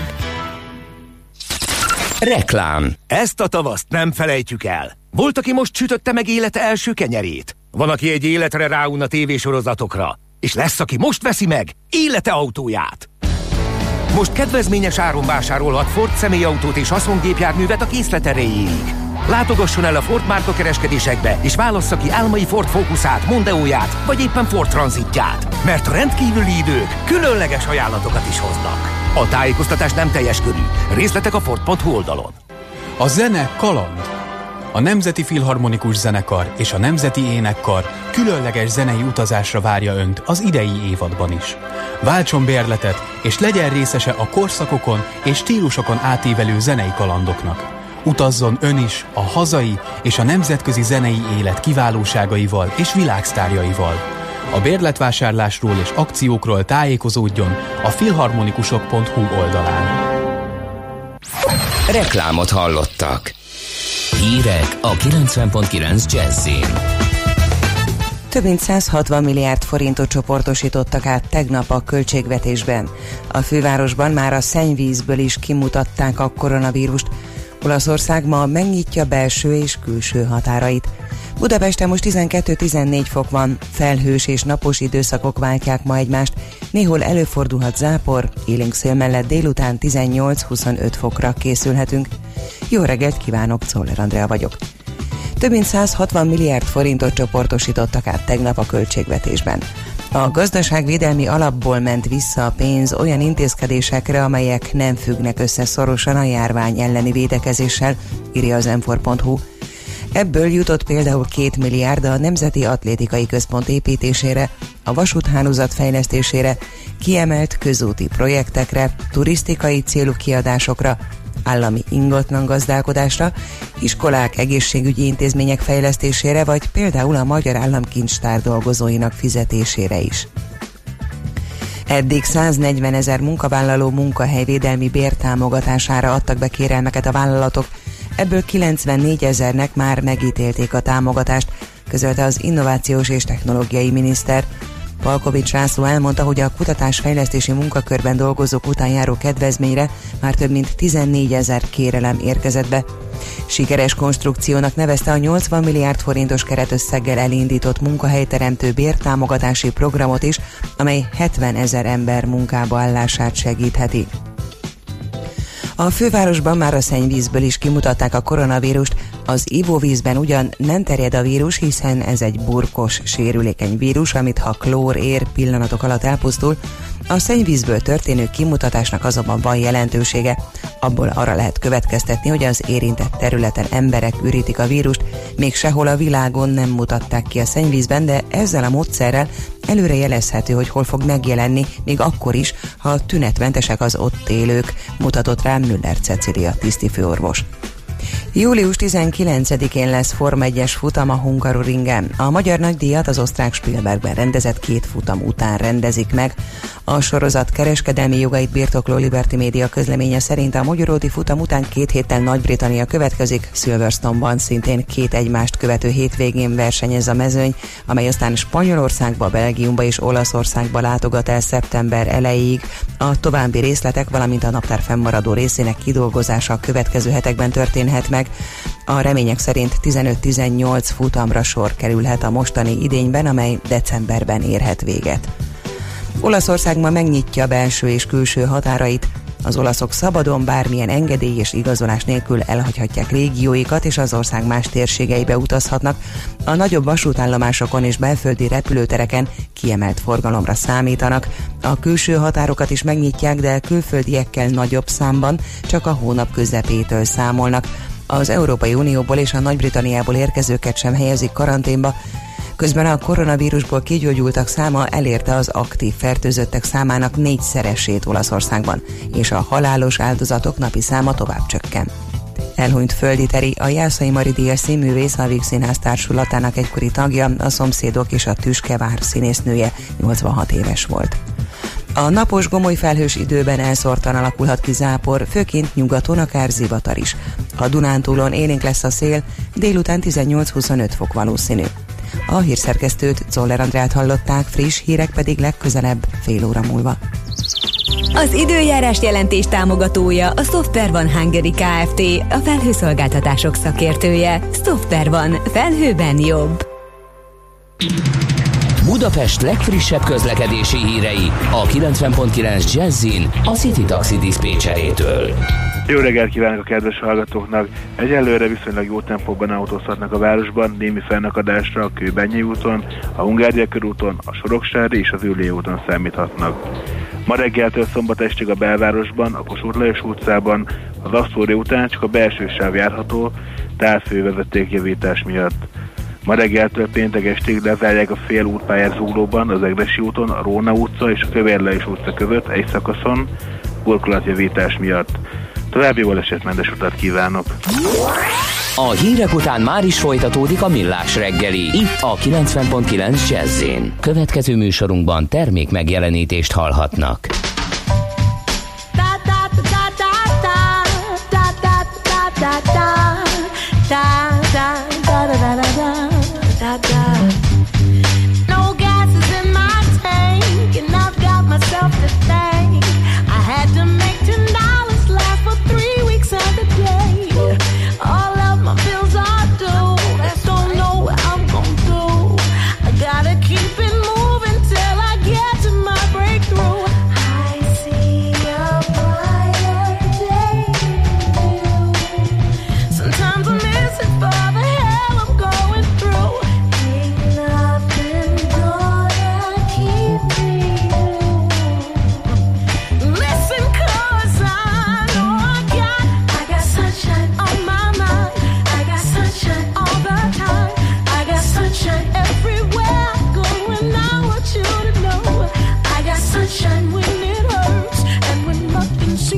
Reklám. Ezt a tavaszt nem felejtjük el. Volt, aki most sütötte meg élete első kenyerét. Van, aki egy életre ráun a tévésorozatokra. És lesz, aki most veszi meg élete autóját. Most kedvezményes áron vásárolhat Ford személyautót és haszongépjárművet a készlet erejéig. Látogasson el a Ford márka kereskedésekbe, és válassza ki álmai Ford Focusát, Mondeóját, vagy éppen Ford Transitját. Mert a rendkívüli idők különleges ajánlatokat is hoznak. A tájékoztatás nem teljes körű. Részletek a Ford.hu oldalon. A zene kaland. A Nemzeti Filharmonikus Zenekar és a Nemzeti Énekkar különleges zenei utazásra várja Önt az idei évadban is. Váltson bérletet, és legyen részese a korszakokon és stílusokon átívelő zenei kalandoknak. Utazzon Ön is a hazai és a nemzetközi zenei élet kiválóságaival és világsztárjaival. A bérletvásárlásról és akciókról tájékozódjon a filharmonikusok.hu oldalán. Reklámot hallottak. Hírek a 90.9 Jazzyn. Több mint 160 milliárd forintot csoportosítottak át tegnap a költségvetésben. A fővárosban már a szennyvízből is kimutatták a koronavírust. Olaszország ma megnyitja belső és külső határait. Budapesten most 12-14 fok van, felhős és napos időszakok váltják ma egymást, néhol előfordulhat zápor, élénk szél mellett délután 18-25 fokra készülhetünk. Jó reggelt kívánok, Czoller Andrea vagyok. Több mint 160 milliárd forintot csoportosítottak át tegnap a költségvetésben. A gazdaságvédelmi alapból ment vissza a pénz olyan intézkedésekre, amelyek nem függnek össze szorosan a járvány elleni védekezéssel, írja az m4.hu. Ebből jutott például 2 milliárd a Nemzeti Atlétikai Központ építésére, a vasúthálózat fejlesztésére, kiemelt közúti projektekre, turisztikai célú kiadásokra, állami ingatlan gazdálkodásra, iskolák, egészségügyi intézmények fejlesztésére, vagy például a Magyar Államkincstár dolgozóinak fizetésére is. Eddig 140 000 munkavállaló munkahelyvédelmi bértámogatására adtak be kérelmeket a vállalatok, ebből 94 000-nek már megítélték a támogatást, közölte az Innovációs és Technológiai Miniszter. Palkovics László elmondta, hogy a kutatásfejlesztési munkakörben dolgozók után járó kedvezményre már több mint 14 000 kérelem érkezett be. Sikeres konstrukciónak nevezte a 80 milliárd forintos keretösszeggel elindított munkahelyteremtő bértámogatási programot is, amely 70 000 ember munkába állását segítheti. A fővárosban már a szennyvízből is kimutatták a koronavírust, az ivóvízben ugyan nem terjed a vírus, hiszen ez egy burkos, sérülékeny vírus, amit ha klór ér, pillanatok alatt elpusztul. A szennyvízből történő kimutatásnak azonban van jelentősége. Abból arra lehet következtetni, hogy az érintett területen emberek ürítik a vírust, még sehol a világon nem mutatták ki a szennyvízben, de ezzel a módszerrel előre jelezhető, hogy hol fog megjelenni, még akkor is, ha tünetmentesek az ott élők, mutatott rá Müller Cecilia tisztifőorvos. Július 19-én lesz Forma 1-es futam a Hungaroringen. A magyar nagydíjat az osztrák Spielbergben rendezett 2 futam után rendezik meg. A sorozat kereskedelmi jogait birtokló Liberty Media közleménye szerint a magyaródi futam után 2 héttel Nagy-Britannia következik, Silverstone-ban szintén 2 egymást követő hétvégén versenyez a mezőny, amely aztán Spanyolországba, Belgiumba és Olaszországba látogat el szeptember elejéig. A további részletek, valamint a naptár fennmaradó részének kidolgozása a következő hetekben történhet meg. A remények szerint 15-18 futamra sor kerülhet a mostani idényben, amely decemberben érhet véget. Olaszország ma megnyitja belső és külső határait. Az olaszok szabadon bármilyen engedély és igazolás nélkül elhagyhatják régióikat, és az ország más térségeibe utazhatnak. A nagyobb vasútállomásokon és belföldi repülőtereken kiemelt forgalomra számítanak. A külső határokat is megnyitják, de külföldiekkel nagyobb számban, csak a hónap közepétől számolnak. Az Európai Unióból és a Nagy-Britanniából érkezőket sem helyezik karanténba. Közben a koronavírusból kigyógyultak száma elérte az aktív fertőzöttek számának 4-szeresét Olaszországban, és a halálos áldozatok napi száma tovább csökken. Elhunyt Földi Teri, a Jászai Mari Díjas színművész, a Víg Színház társulatának egykori tagja, a Szomszédok és a Tüskevár színésznője, 86 éves volt. A napos, gomoly felhős időben elszórtan alakulhat ki zápor, főként nyugaton akár zivatar is. A Dunántúlon élénk lesz a szél, délután 18-25 fok valószínű. A hírszerkesztőt, Czoller Andrát hallották, friss hírek pedig legközelebb fél óra múlva. Az időjárás jelentés támogatója a Software One Hungary Kft., a felhőszolgáltatások szakértője. Software One. Felhőben jobb. Budapest legfrissebb közlekedési hírei a 90.9 Jazzin a City Taxi diszpécserétől. Jó reggelt kívánok a kedves hallgatóknak! Egyelőre viszonylag jó tempóban autózhatnak a városban, némi fennakadásra a Kőbányai úton, a Hungária körúton, a Soroksári és az Üllői úton számíthatnak. Ma reggeltől szombat estig a belvárosban, a Kossuth Lajos utcában, az Asztória után csak a belső sáv járható, távfővezetékjavítás miatt. Ma reggeltől péntek estig lezárják a fél útpályát Zuglóban, az Egressy úton, a Róna utca és a Kövérlejos utca között egy szakaszon, burkolatjavítás miatt. További balesetmentes utat kívánok! A hírek után már is folytatódik a Millás reggeli, itt a 90.9 Jazz-in. Következő műsorunkban termék megjelenítést hallhatnak. No gas is in my tank, and I've got myself to thank. I had to make $10 last for 3 weeks of the day. All of my bills are due, just don't know what I'm gonna do. I gotta keep it moving till I get to my breakthrough. I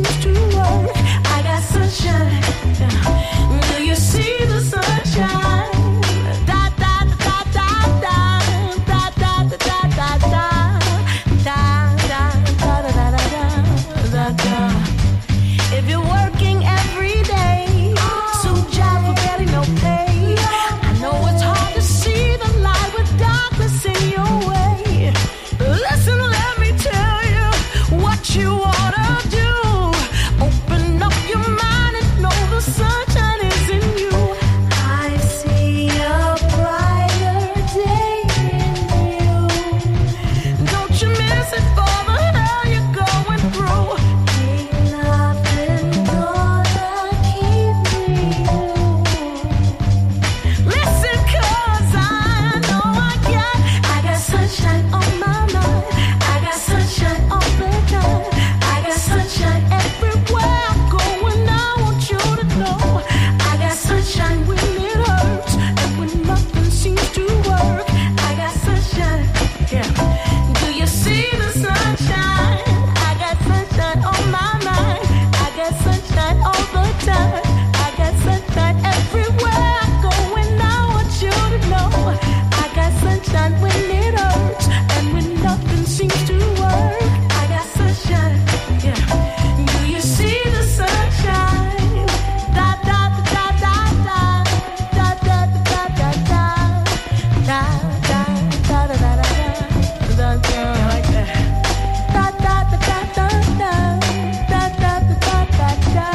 seems to work. I got sunshine. Do you see the sunshine? Da da da da da da da da da da da da da da da da. If you're working every day, suit job for getting no pay. I know it's hard to see the light with darkness in your way. Listen, let me tell you what you ought to do. Open up your mind and know the sunshine is in you. I see a brighter day in you. Don't you miss it for the hell you're going through. Ain't nothing gonna keep me blue. Listen, 'cause I know I got sunshine on my mind. I got sunshine all the time. I got sunshine everywhere I'm going. I want you to know I got sunshine when it hurts and when nothing seems to work. I got sunshine, yeah. Do you see the sunshine? I got sunshine on my mind. I got sunshine all the time. I got sunshine everywhere I'm going. I want you to know I got sunshine when it hurts and when nothing seems to work. I got sunshine, yeah. Do you see the sunshine? Da da da da da da da da da da da da da da da da da like that. Da da da da da da da da da da.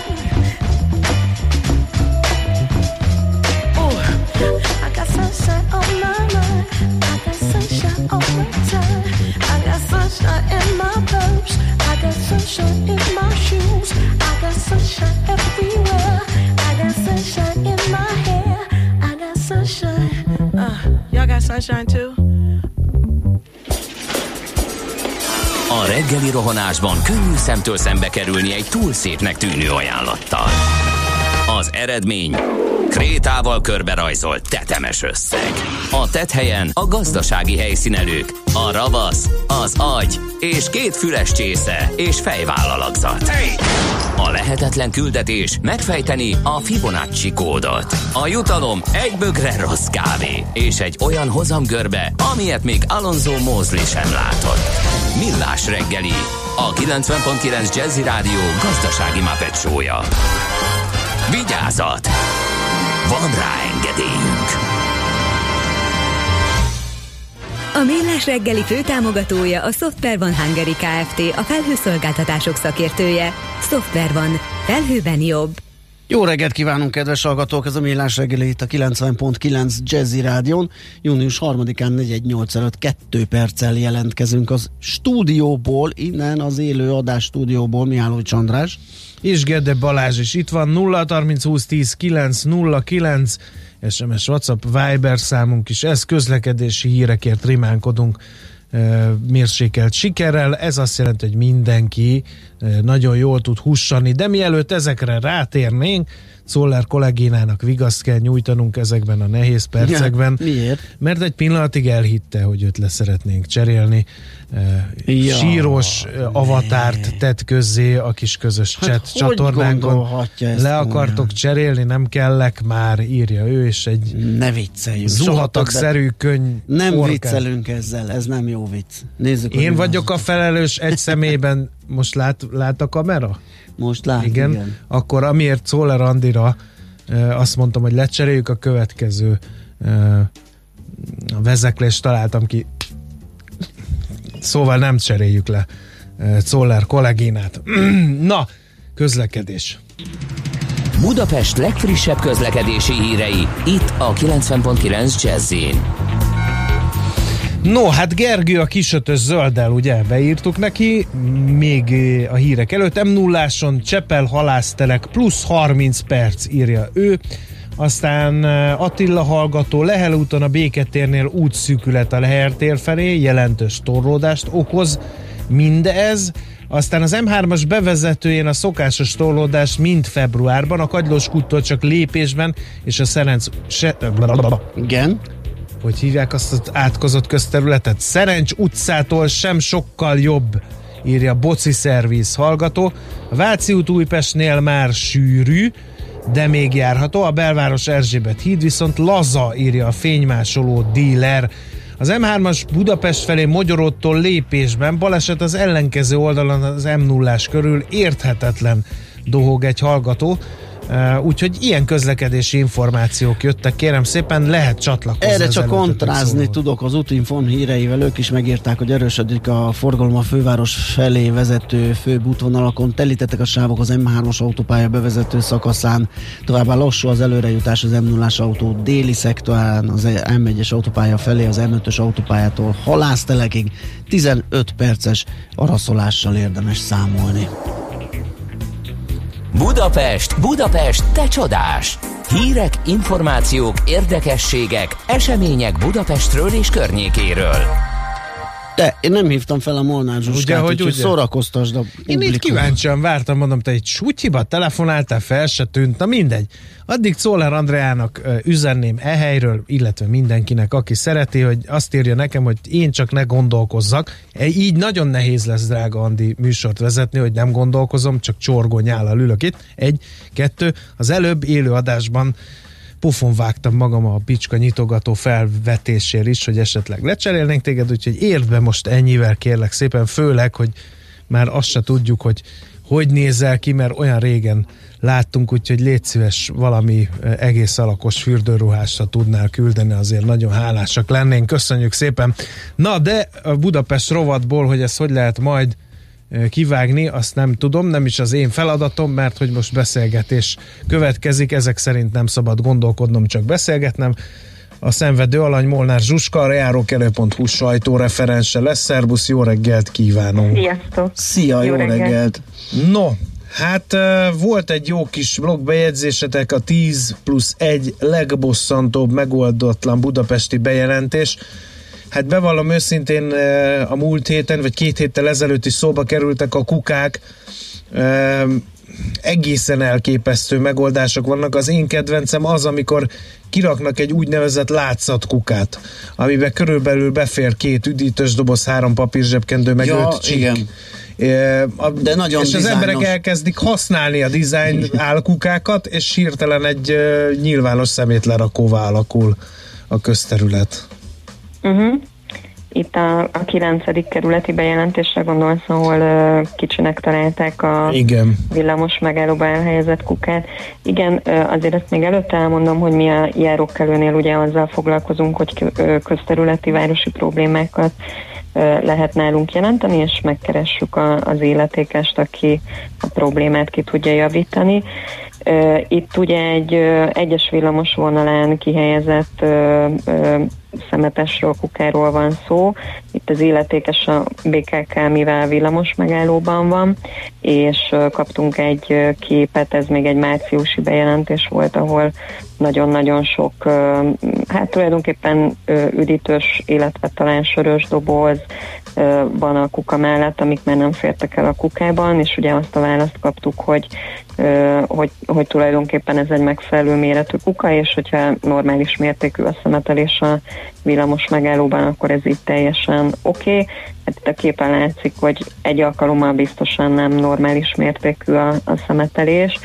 Oh, I got sunshine on my mind. I got sunshine all the time. I got sunshine in my purse. I got sunshine in my shoes. I got sunshine everywhere. I got sunshine in my hair. I got sunshine. Y'all got sunshine too? A reggeli rohanásban könnyű szemtől szembe kerülni egy túl szépnek tűnő ajánlattal. Az eredmény krétával körberajzolt tetemes összeg. A tetthelyen a gazdasági helyszínelők, a ravasz, az agy és 2 füles csésze és fejvállalakzat. A lehetetlen küldetés megfejteni a Fibonacci kódot. A jutalom egy bögre rossz kávé és egy olyan hozamgörbe, amilyet még Alonso Mosley sem látott. Millás reggeli, a 90.9 Jazzy Rádió gazdasági Muppet show-ja. Vigyázat! Van rá engedélyünk! A Millás reggeli főtámogatója a Software One Hungary Kft. A felhőszolgáltatások szakértője. Software One. Felhőben jobb. Jó reggelt kívánunk, kedves hallgatók! Ez a Millás reggeli itt a 90.9 Jazzy Rádión. Június 3-án 418 előtt 2 perccel jelentkezünk az stúdióból, innen az élő adás stúdióból. Mihálovics András és Gede Balázs is itt van. 0-30 20 10 909 SMS, WhatsApp, Viber számunk is, ez közlekedési hírekért rimánkodunk mérsékelt sikerrel. Ez azt jelenti, hogy mindenki nagyon jól tud hussani, de mielőtt ezekre rátérnénk, Czoller kolléginának vigaszt kell nyújtanunk ezekben a nehéz percekben. Ja, miért? Mert egy pillanatig elhitte, hogy őt le szeretnénk cserélni. Sírós avatárt tett közzé a kis közös chat csatornánkon. Le akartok cserélni, nem kellek már, írja ő, és egy ne vicceljünk. Zuhatagszerű könyv. Nem orkán. viccelünk ezzel, ez nem jó vicc. Nézzük, én vagyok a felelős egy személyben. Most lát a kamera? Most lát, igen. Akkor amiért Czoller Andira azt mondtam, hogy lecseréljük, a következő vezeklést találtam ki. Szóval nem cseréljük le Czoller kollégínát. Na, közlekedés. Budapest legfrissebb közlekedési hírei itt a 90.9 Jazz-in. No, hát Gergő a kisötös zölddel, ugye, beírtuk neki, még a hírek előtt. M0-áson Csepel halásztelek plusz 30 perc, írja ő. Aztán Attila hallgató, Lehel úton a Béketérnél útszűkület a Lehel tér felé, jelentős torlódást okoz mindez. Aztán az M3-as bevezetőjén a szokásos torlódás mind februárban, a Kagylós kúttól csak lépésben, és a Szerenc... Igen? Hogy hívják azt az átkozott közterületet? Szerencs utcától sem sokkal jobb írja Boci Szerviz hallgató. A Váci út Újpestnél már sűrű, de még járható. A Belváros Erzsébet híd viszont laza, írja a fénymásoló díler. Az M3-as Budapest felé Mogyoróttól lépésben baleset az ellenkező oldalon az M0-ás körül, érthetetlen, dohog egy hallgató. Úgyhogy ilyen közlekedési információk jöttek, kérem szépen, lehet csatlakozni. Erre csak kontrázni tudok az Utinfon híreivel, ők is megírták, hogy erősödik a forgalom a főváros felé vezető főbb útvonalakon, telítettek a sávok az M3-as autópálya bevezető szakaszán, továbbá lassú az előrejutás az M0-ás autó déli szektorán, az M1-es autópálya felé az M5-ös autópályától Halásztelekig 15 perces araszolással érdemes számolni. Budapest, Budapest, te csodás! Hírek, információk, érdekességek, események Budapestről és környékéről. Én nem hívtam fel a Molnár Zsuskát, úgyhogy szórakoztasd a publikum. Én itt kíváncsian vártam, mondom, te egy sútyiba telefonáltál, fel se tűnt, na mindegy. Addig Czoller Andreának üzenném helyről, illetve mindenkinek, aki szereti, hogy azt írja nekem, hogy én csak ne gondolkozzak. Így nagyon nehéz lesz, drága Andi, műsort vezetni, hogy nem gondolkozom, csak csorgó nyállal ülök itt. 1, 2, az előbb élő adásban pofon vágtam magam a Bicska nyitogató felvetésért is, hogy esetleg lecserélnénk téged, úgyhogy érd be most ennyivel, kérlek szépen, főleg, hogy már azt se tudjuk, hogy nézel ki, mert olyan régen láttunk, úgyhogy légy szíves, valami egész alakos fürdőruhásra tudnál küldeni, azért nagyon hálásak lennénk, köszönjük szépen. Na, de a Budapest rovatból, hogy ezt hogy lehet majd kivágni, azt nem tudom, nem is az én feladatom, mert hogy most beszélgetés következik, ezek szerint nem szabad gondolkodnom, csak beszélgetnem. A szenvedő alany Molnár Zsuska, a járókelő.hu sajtóreferense lesz. Szerbusz, jó reggelt kívánunk! Sziasztok! Szia, jó reggelt! No, hát volt egy jó kis blogbejegyzésetek, a 10+1 legbosszantóbb megoldatlan budapesti bejelentés. Hát bevallom őszintén, a múlt héten, vagy 2 héttel ezelőtt is szóba kerültek a kukák, egészen elképesztő megoldások vannak. Az én kedvencem az, amikor kiraknak egy úgynevezett látszatkukát, amiben körülbelül befér 2 üdítős doboz, 3 papírzsebkendő, meg 5 csík. Igen. De nagyon és az emberek elkezdik használni a design álkukákat, és hirtelen egy nyilvános szemétlerakóvá alakul a közterület. Itt a 9. kerületi bejelentésre gondolsz, ahol kicsinek találták a villamos megállóba elhelyezett kukát. Igen, azért ezt még előtte elmondom, hogy mi a járókelőnél ugye azzal foglalkozunk, hogy közterületi városi problémákat lehet nálunk jelenteni, és megkeressük az illetékest, aki a problémát ki tudja javítani. Itt ugye egy egyes villamos vonalán kihelyezett szemetesről, kukáról van szó. Itt az illetékes a BKK, mivel villamos megállóban van, és kaptunk egy képet, ez még egy márciusi bejelentés volt, ahol nagyon-nagyon sok, hát tulajdonképpen üdítős, illetve talán sörös doboz van a kuka mellett, amik már nem fértek el a kukában, és ugye azt a választ kaptuk, hogy tulajdonképpen ez egy megfelelő méretű kuka, és hogyha normális mértékű a szemetelés a villamos megállóban, akkor ez itt teljesen oké. Hát itt a képen látszik, hogy egy alkalommal biztosan nem normális mértékű a szemetelés.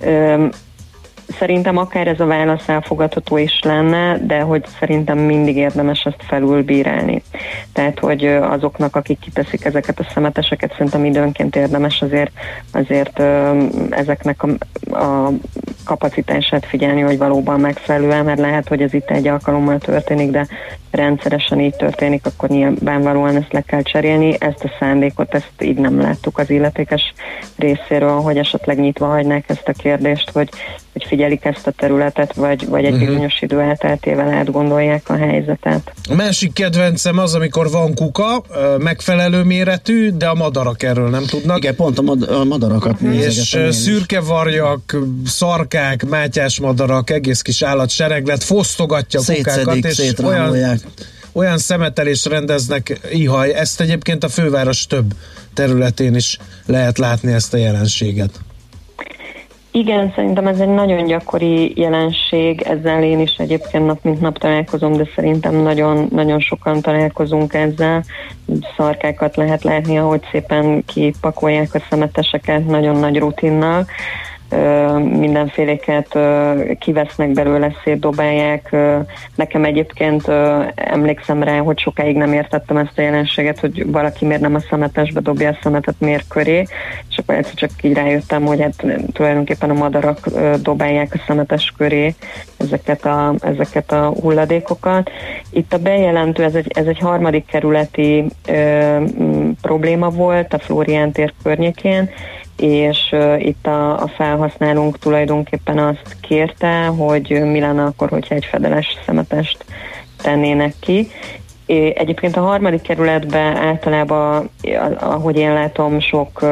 Szerintem akár ez a válasz elfogadható is lenne, de hogy szerintem mindig érdemes ezt felülbírálni. Tehát, hogy azoknak, akik kiteszik ezeket a szemeteseket, szerintem időnként érdemes azért ezeknek a kapacitását figyelni, hogy valóban megfelelően, mert lehet, hogy ez itt egy alkalommal történik, de rendszeresen így történik, akkor nyilvánvalóan ezt le kell cserélni. Ezt a szándékot, ezt így nem láttuk az illetékes részéről, hogy esetleg nyitva hagynák ezt a kérdést, hogy figyelik ezt a területet, vagy egy bizonyos idő elteltével átgondolják a helyzetet. A másik kedvencem az, amikor van kuka, megfelelő méretű, de a madarak erről nem tudnak. Igen, pont a madarakat és szürkevarjak, szarkák, mátyás madarak, egész kis állatsereglet fosztogatja a kukákat, és olyan szemetelést rendeznek, ihaj. Ezt egyébként a főváros több területén is lehet látni, ezt a jelenséget. Igen, szerintem ez egy nagyon gyakori jelenség, ezzel én is egyébként nap mint nap találkozom, de szerintem nagyon, nagyon sokan találkozunk ezzel. Szarkákat lehet látni, ahogy szépen kipakolják a szemeteseket nagyon nagy rutinnal. Mindenféléket kivesznek belőle, szétdobálják. Nekem egyébként emlékszem rá, hogy sokáig nem értettem ezt a jelenséget, hogy valaki miért nem a szemetesbe dobja a szemetet, miért köré, és akkor egyszer csak így rájöttem, hogy hát tulajdonképpen a madarak dobálják a szemetes köré ezeket a hulladékokat. Itt a bejelentő, ez egy harmadik kerületi probléma volt a Flórián tér környékén, és itt a felhasználónk tulajdonképpen azt kérte, hogy mi lenne akkor, hogyha egy fedeles szemetest tennének ki. Egyébként a harmadik kerületben általában, ahogy én látom, sok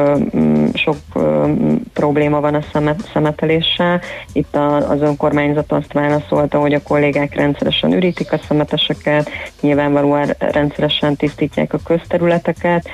probléma van a szemeteléssel. Itt az önkormányzat azt válaszolta, hogy a kollégák rendszeresen ürítik a szemeteseket, nyilvánvalóan rendszeresen tisztítják a közterületeket,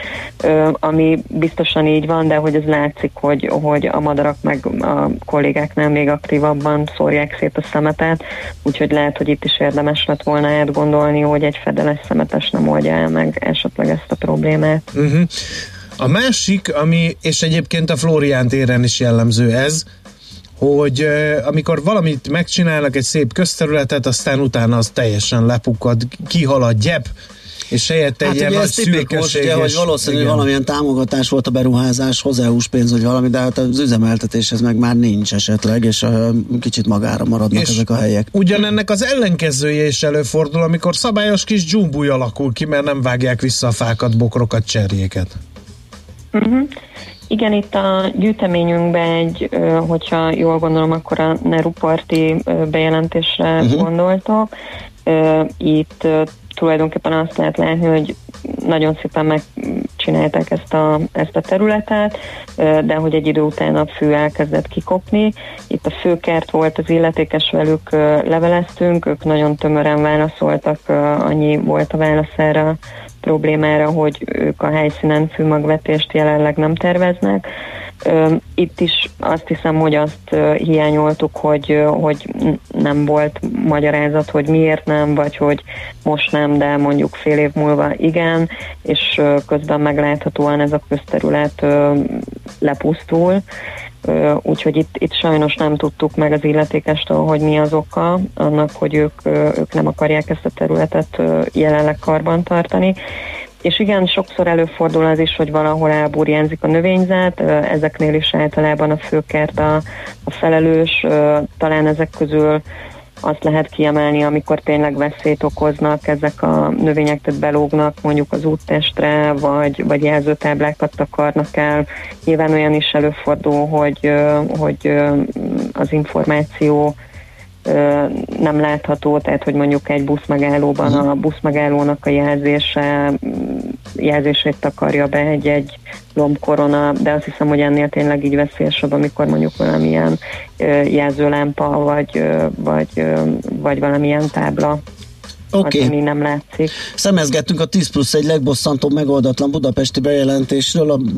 ami biztosan így van, de hogy ez látszik, hogy a madarak meg a kollégáknál még aktívabban szórják szét a szemetet, úgyhogy lehet, hogy itt is érdemes lett volna átgondolni, hogy egy fedeles szemetes nem oldja el meg esetleg ezt a problémát. Uh-huh. A másik, és egyébként a Flórián téren is jellemző ez, hogy amikor valamit megcsinálnak, egy szép közterületet, aztán utána az teljesen lepukkad, kihalad, gyep, és helyette egy ilyen nagy szürkeség. Ugye, hogy valószínűleg valamilyen támogatás volt a beruházáshoz, EU-s pénz, vagy valami, de hát az üzemeltetéshez meg már nincs esetleg, és kicsit magára maradnak és ezek a helyek. Ugyanennek az ellenkezője is előfordul, amikor szabályos kis dzsumbúj alakul ki, mert nem vágják vissza a fákat, bokrokat, cserjéket. Uh-huh. Igen, itt a gyűjteményünkben hogyha jól gondolom, akkor a Neruparti bejelentésre gondoltok. Itt tulajdonképpen azt lehet látni, hogy nagyon szépen megcsinálták ezt a területet, de hogy egy idő után a fű elkezdett kikopni. Itt a főkert volt az illetékes, velük leveleztünk, ők nagyon tömören válaszoltak, annyi volt a válasz erre a problémára, hogy ők a helyszínen fűmagvetést jelenleg nem terveznek. Itt is azt hiszem, hogy azt hiányoltuk, hogy nem volt magyarázat, hogy miért nem, vagy hogy most nem, de mondjuk fél év múlva igen, és közben megláthatóan ez a közterület lepusztul. Úgyhogy itt sajnos nem tudtuk meg az illetékestől, hogy mi az oka annak, hogy ők nem akarják ezt a területet jelenleg karbantartani. És igen, sokszor előfordul az is, hogy valahol elburjánzik a növényzet, ezeknél is általában a főkert a felelős, talán ezek közül azt lehet kiemelni, amikor tényleg veszélyt okoznak ezek a növények, tehát belógnak mondjuk az úttestre, vagy jelzőtáblákat takarnak el. Nyilván olyan is előfordul, hogy az információ nem látható, tehát hogy mondjuk egy buszmegállóban a buszmegállónak a jelzését takarja be egy lombkorona, de azt hiszem, hogy ennél tényleg így veszélyesebb, amikor mondjuk valamilyen jelzőlámpa, vagy valamilyen tábla. Oké. Ami nem látszik. Szemezgettünk a 10+1 legbosszantóbb megoldatlan budapesti bejelentésről, a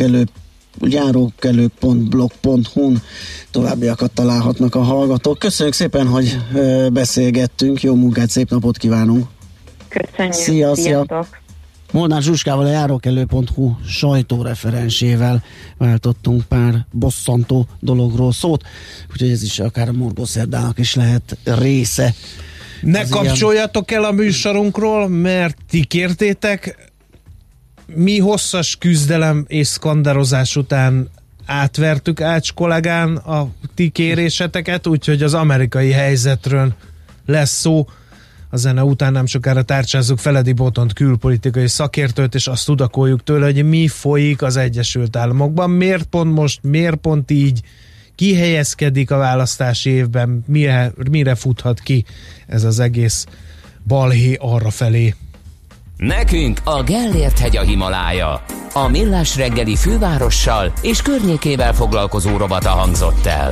járókelők.blog.hu-n továbbiakat találhatnak a hallgatók. Köszönjük szépen, hogy beszélgettünk, jó munkát, szép napot kívánunk! Köszönjük! Sziasztok! Molnár Zsuskával, a járókelő.hu sajtóreferensével váltottunk pár bosszantó dologról szót, úgyhogy ez is akár a Murgószerdának is lehet része. Ne kapcsoljatok el a műsorunkról, mert ti kértétek, mi hosszas küzdelem és szkandározás után átvertük Ács kollégán a ti kéréseteket, úgyhogy az amerikai helyzetről lesz szó. A zene után nem sokára tárcsázzuk Feledi Botont, külpolitikai szakértőt, és azt tudakoljuk tőle, hogy mi folyik az Egyesült Államokban. Miért pont most, miért pont így, ki helyezkedik a választási évben, mire futhat ki ez az egész balhé arrafelé. Nekünk a Gellért-hegy a Himalája. A Millás reggeli fővárossal és környékével foglalkozó rovata hangzott el.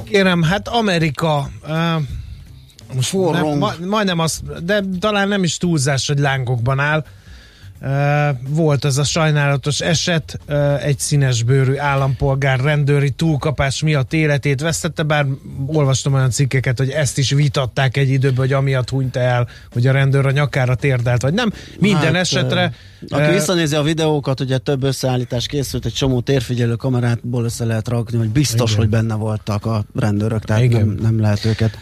Kérem, hát Amerika most majdnem az, de talán nem is túlzás, hogy lángokban áll. Volt az a sajnálatos eset, egy színesbőrű állampolgár rendőri túlkapás miatt életét vesztette, bár olvastam olyan cikkeket, hogy ezt is vitatták egy időben, hogy amiatt hunyt el, hogy a rendőr a nyakára térdelt, vagy nem. Minden esetre... Aki visszanézi a videókat, ugye több összeállítás készült, egy csomó térfigyelő kamerátból össze lehet rakni, hogy biztos, hogy benne voltak a rendőrök, tehát nem lehet őket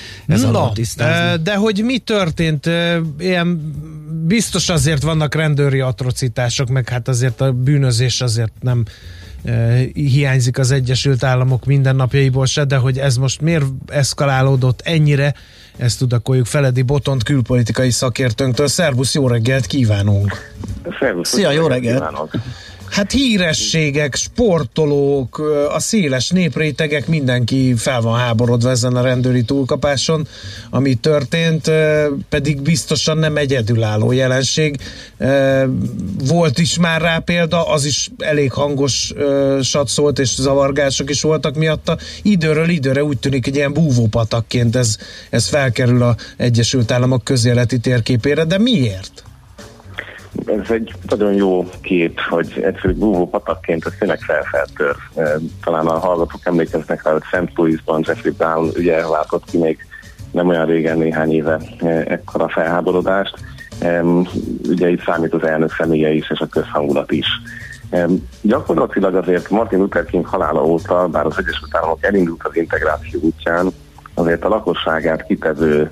de hogy mi történt? Ilyen biztos azért vannak rendőri atrocitások, meg hát azért a bűnözés azért nem hiányzik az Egyesült Államok mindennapjaiból se, de hogy ez most miért eszkalálódott ennyire, ezt tudakoljuk Feledi Botont külpolitikai szakértőnktől. Szervusz, jó reggelt kívánunk! Szervusz, szia, jó reggelt! Kívánok. Hát hírességek, sportolók, a széles néprétegek, mindenki fel van háborodva ezen a rendőri túlkapáson, ami történt, pedig biztosan nem egyedülálló jelenség. Volt is már rá példa, az is elég hangosat szólt, és zavargások is voltak miatta. Időről időre úgy tűnik, hogy ilyen búvópatakként ez felkerül az Egyesült Államok közéleti térképére, de miért? Ez egy nagyon jó kép, hogy egyszerű búvó patakként ez tényleg feltör. Talán a hallgatók emlékeznek rá, hogy St. Louisban Jeffrey Brown ugye látott ki még nem olyan régen, néhány éve ekkora felháborodást. Ugye itt számít az elnök személye is, és a közhangulat is. Gyakorlatilag azért Martin Luther King halála óta, bár az Egyesült Államok elindult az integráció útján, azért a lakosságát kitevő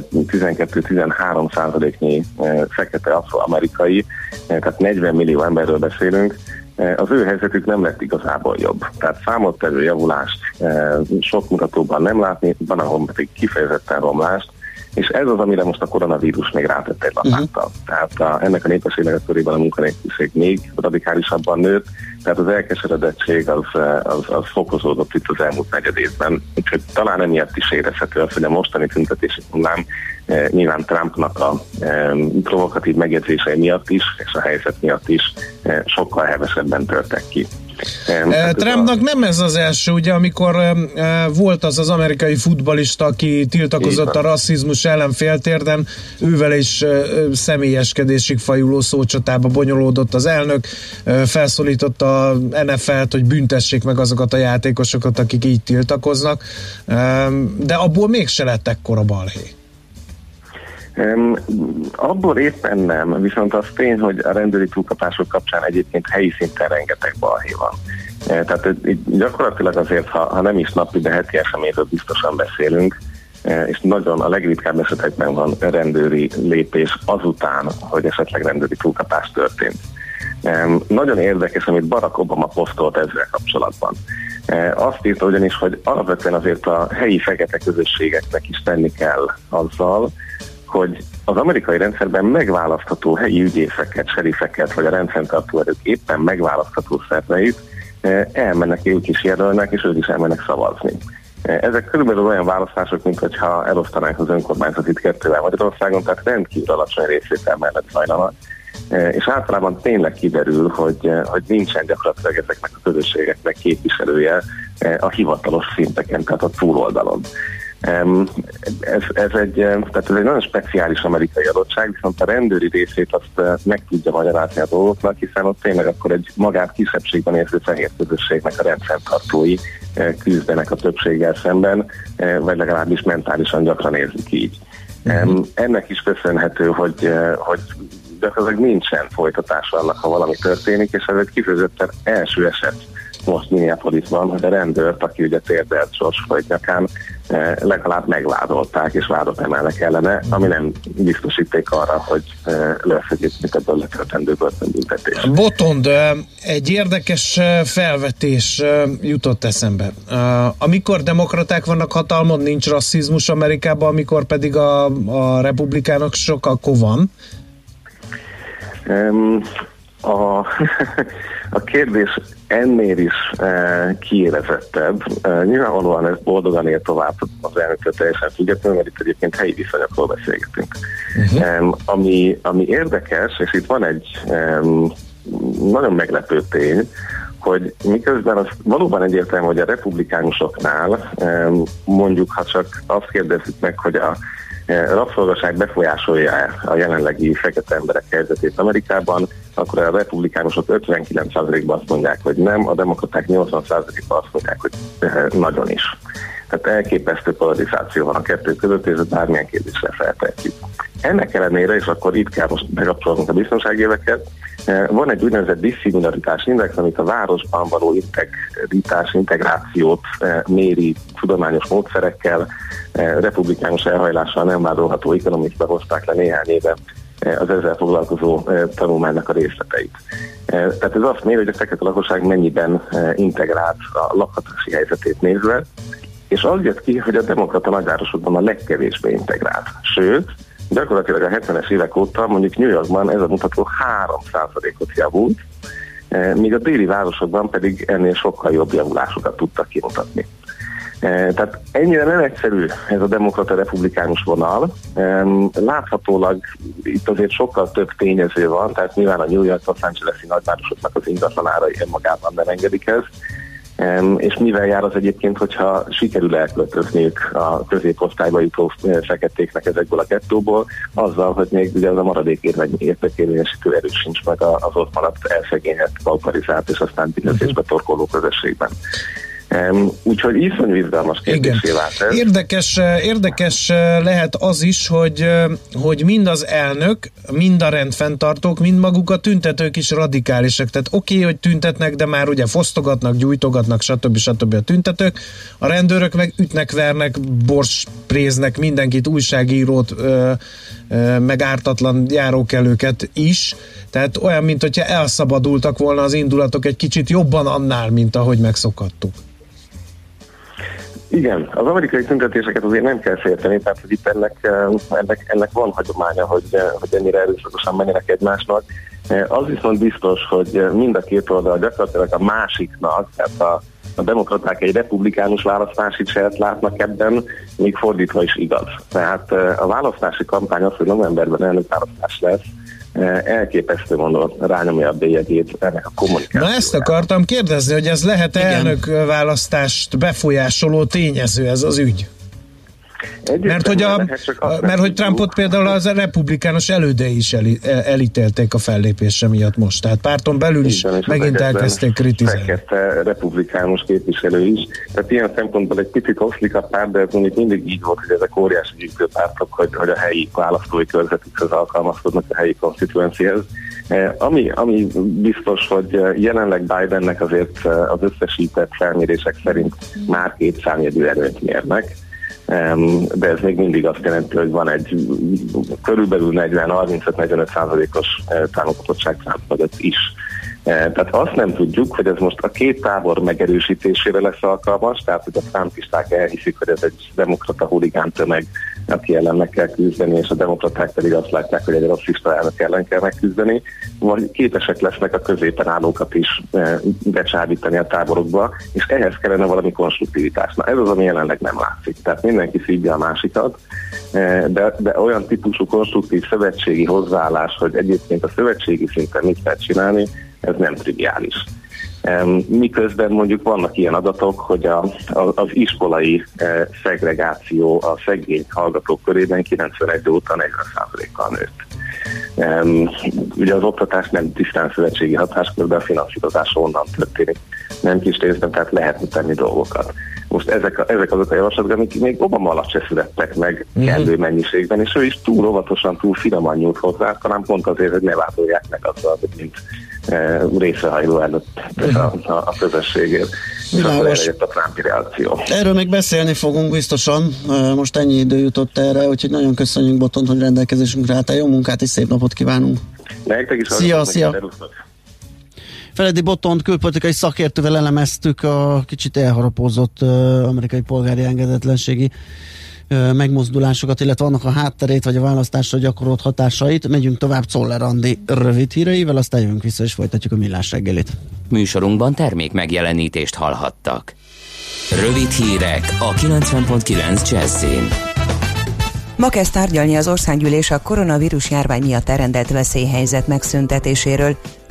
12-13%-nyi fekete afroamerikai, tehát 40 millió emberről beszélünk, az ő helyzetük nem lett igazából jobb. Tehát számottevő javulást sok mutatóban nem látni, van ahol pedig kifejezetten romlást, és ez az, amire most a koronavírus még rátett egy lapáttal. Tehát ennek a népességnek a körében a munkanélküliség még radikálisabban nőtt, tehát az elkeseredettség az fokozódott itt az elmúlt negyed évben. Úgyhogy talán emiatt is érezhető az, hogy a mostani tüntetési hullám nyilván Trumpnak a provokatív megjegyzései miatt is, és a helyzet miatt is sokkal hevesebben törtek ki. Trumpnak nem ez az első, ugye, amikor volt az amerikai futballista, aki tiltakozott a rasszizmus ellen féltérden, ővel is személyeskedésig fajuló szócsatába bonyolódott az elnök, felszólította a NFL-t, hogy büntessék meg azokat a játékosokat, akik így tiltakoznak, de abból mégse lett ekkora balhé. Abból éppen nem, viszont az tény, hogy a rendőri túlkapások kapcsán egyébként helyi szinten rengeteg balhé van. Tehát gyakorlatilag azért, ha nem is napi, de heti eseményről biztosan beszélünk, és nagyon a legritkább esetekben van rendőri lépés azután, hogy esetleg rendőri túlkapás történt. Nagyon érdekes, amit Barack Obama posztolt ezzel kapcsolatban. Azt írta ugyanis, hogy alapvetően azért a helyi fekete közösségeknek is tenni kell azzal, hogy az amerikai rendszerben megválasztható helyi ügyészeket, serifeket, vagy a rendfenntartó erők éppen megválasztható szerveit elmennek, ők is jelölnek, és ők is elmennek szavazni. Ezek körülbelül olyan választások, mint hogyha elosztanánk az önkormányzatit kettővel Magyarországon, tehát rendkívül alacsony részvétel mellett zajlanak. És általában tényleg kiderül, hogy nincsen gyakorlatilag ezeknek a közösségeknek képviselője a hivatalos szinteken, tehát a túloldalon. Ez egy nagyon speciális amerikai adottság, viszont a rendőri részét azt meg tudja magyarázni a dolgoknak, hiszen ott tényleg akkor egy magát kisebbségben érző fehér közösségnek a rendfenntartói küzdenek a többséggel szemben, vagy legalábbis mentálisan gyakran érzik így. Ennek is köszönhető, hogy gyakorlatilag nincsen folytatása annak, ha valami történik, és ez egy kifejezetten első eset most Minneapolisban, hogy a rendőrt, aki ugye térdelt sorsfolyt nyakán, legalább megvádolták, és vádat emelnek ellene, ami nem biztosíték arra, hogy lesz egyébként ebből letöltendő börtönbüntetés. Botond, egy érdekes felvetés jutott eszembe. Amikor demokraták vannak hatalmon, nincs rasszizmus Amerikában, amikor pedig a republikánok sok, akkor van? A kérdés ennél is kiélezettebb. Nyilvánvalóan ez boldogan él tovább az elnöktől teljesen függetlenül, mert itt egyébként helyi viszonyokról beszélgetünk. Ami érdekes, és itt van egy nagyon meglepő tény, hogy miközben az valóban egyértelmű, hogy a republikánusoknál, mondjuk, ha csak azt kérdezzük meg, hogy a rabszolgaság befolyásolja a jelenlegi fekete emberek helyzetét Amerikában, akkor a republikánusok 59%-ban azt mondják, hogy nem, a demokraták 80%-ban azt mondják, hogy nagyon is. Tehát elképesztő polarizáció van a kettő között, és bármilyen kérdésre feltehetjük. Ennek ellenére, és akkor itt kell most megkapcsolnunk a biztonságéleket, van egy úgynevezett disszimilaritás index, amit a városban való integrációt méri tudományos módszerekkel, republikánus elhajlással nem vádolható ekonomista hozták le néhány éve az ezzel foglalkozó tanulmánynak a részleteit. Tehát ez azt méri, hogy a fekete lakosság mennyiben integrált a lakhatási helyzetét nézve, és az jött ki, hogy a demokrata nagyvárosokban a legkevésbé integrált. Sőt, gyakorlatilag a 70-es évek óta mondjuk New Yorkban ez a mutató 3%-ot javult, míg a déli városokban pedig ennél sokkal jobb javulásokat tudtak kimutatni. Tehát ennyire nem egyszerű ez a demokrata-republikánus vonal. Láthatólag itt azért sokkal több tényező van, tehát nyilván a New York, Los Angeles-i nagyvárosoknak az ingatlanárai önmagában nem engedik ez. És mivel jár az egyébként, hogyha sikerül elköltözniük a középosztályba jutó feketéknek ezekből a gettóból, azzal, hogy még ugye az a maradék értékérvényesítő erő sincs meg az ott maradt elszegényett, pauparizált és aztán bűnözésbe torkoló közösségben. Úgyhogy iszonyú izgalmas kérdésé vált ez. Érdekes lehet az is, hogy mind az elnök, mind a rendfenntartók, mind maguk a tüntetők is radikálisak. Tehát oké, hogy tüntetnek, de már ugye fosztogatnak, gyújtogatnak, stb. A tüntetők. A rendőrök meg ütnek, vernek, borspréznek mindenkit, újságírót, meg ártatlan járókelőket is. Tehát olyan, mint hogyha elszabadultak volna az indulatok egy kicsit jobban annál, mint ahogy megszokhattuk. Igen, az amerikai tüntetéseket azért nem kell félteni, tehát hogy itt ennek van hagyománya, hogy ennyire erőszakosan menjenek egymásnak. Az viszont biztos, hogy mind a két oldal gyakorlatilag a másiknak, tehát a demokraták egy republikánus választási cselt látnak ebben, még fordítva is igaz. Tehát a választási kampány az, hogy novemberben elnökválasztás lesz, elképesztő módon rányomja a bélyegét ennek a kommunikációra. Na ezt akartam kérdezni, hogy ez lehet elnökválasztást befolyásoló tényező ez az ügy? Mert hogy Trumpot például az republikánus elődei is elítélték a fellépése miatt most, tehát párton belül is megint elkezdték kritizálni. Fekete republikánus képviselő is, tehát ilyen szempontból egy picit oszlik a párt, de ez mondjuk mindig így volt, hogy ezek óriási gyűjtőpártok, hogy a helyi választói körzetükhez alkalmazkodnak a helyi konstituencihez. Ami biztos, hogy jelenleg Bidennek azért az összesített felmérések szerint már 2 számjegyű előnyt mérnek, de ez még mindig azt jelenti, hogy van egy körülbelül 40-35-45%-os támogatottság Trump mögött is. Tehát azt nem tudjuk, hogy ez most a két tábor megerősítésére lesz alkalmas, tehát hogy a trumpisták elhiszik, hogy ez egy demokrata huligán tömeg, aki ellen meg kell küzdeni, és a demokraták pedig azt látják, hogy egy rasszista elnök ellen kell megküzdeni, vagy képesek lesznek a középen állókat is becsábítani a táborokba, és ehhez kellene valami konstruktivitás. Na ez az, ami jelenleg nem látszik. Tehát mindenki szívja a másikat, de olyan típusú konstruktív szövetségi hozzáállás, hogy egyébként a szövetségi szinten mit kell csinálni, ez nem triviális. Miközben mondjuk vannak ilyen adatok, hogy az iskolai szegregáció a szegény hallgatók körében 91 óta 40%-kal nőtt. Ugye az oktatás nem tisztán szövetségi hatáskör, de a finanszírozás onnan történik. Nem kis részben, tehát lehetne tenni dolgokat. Most ezek azok a javaslatok, amik még Obama alatt se születtek meg kellő mennyiségben, és ő is túl óvatosan, túl finoman nyújt hozzá, talán pont azért, hogy ne vádolják meg azzal, hogy mint részrehajló előtt a közösségért. És akkor erre jött a Trumpi reakció. Erről még beszélni fogunk biztosan, most ennyi idő jutott erre, úgyhogy nagyon köszönjük, Botont, hogy rendelkezésünkre álltál. Jó munkát és szép napot kívánunk! Nektek is. Szia! Feledi Botont külpolitikai szakértővel elemeztük a kicsit elharapózott amerikai polgári engedetlenségi megmozdulásokat, illetve annak a hátterét, vagy a választásra gyakorolt hatásait. Megyünk tovább Czoller Andi rövid híreivel, aztán jövünk vissza és folytatjuk a Millás reggelit. Műsorunkban termék megjelenítést hallhattak. Rövid hírek a 90.9 Jazzin. Ma kezd tárgyalni az országgyűlés a koronavírus járvány miatt elrendelt veszélyhelyzet megszüntetéséről.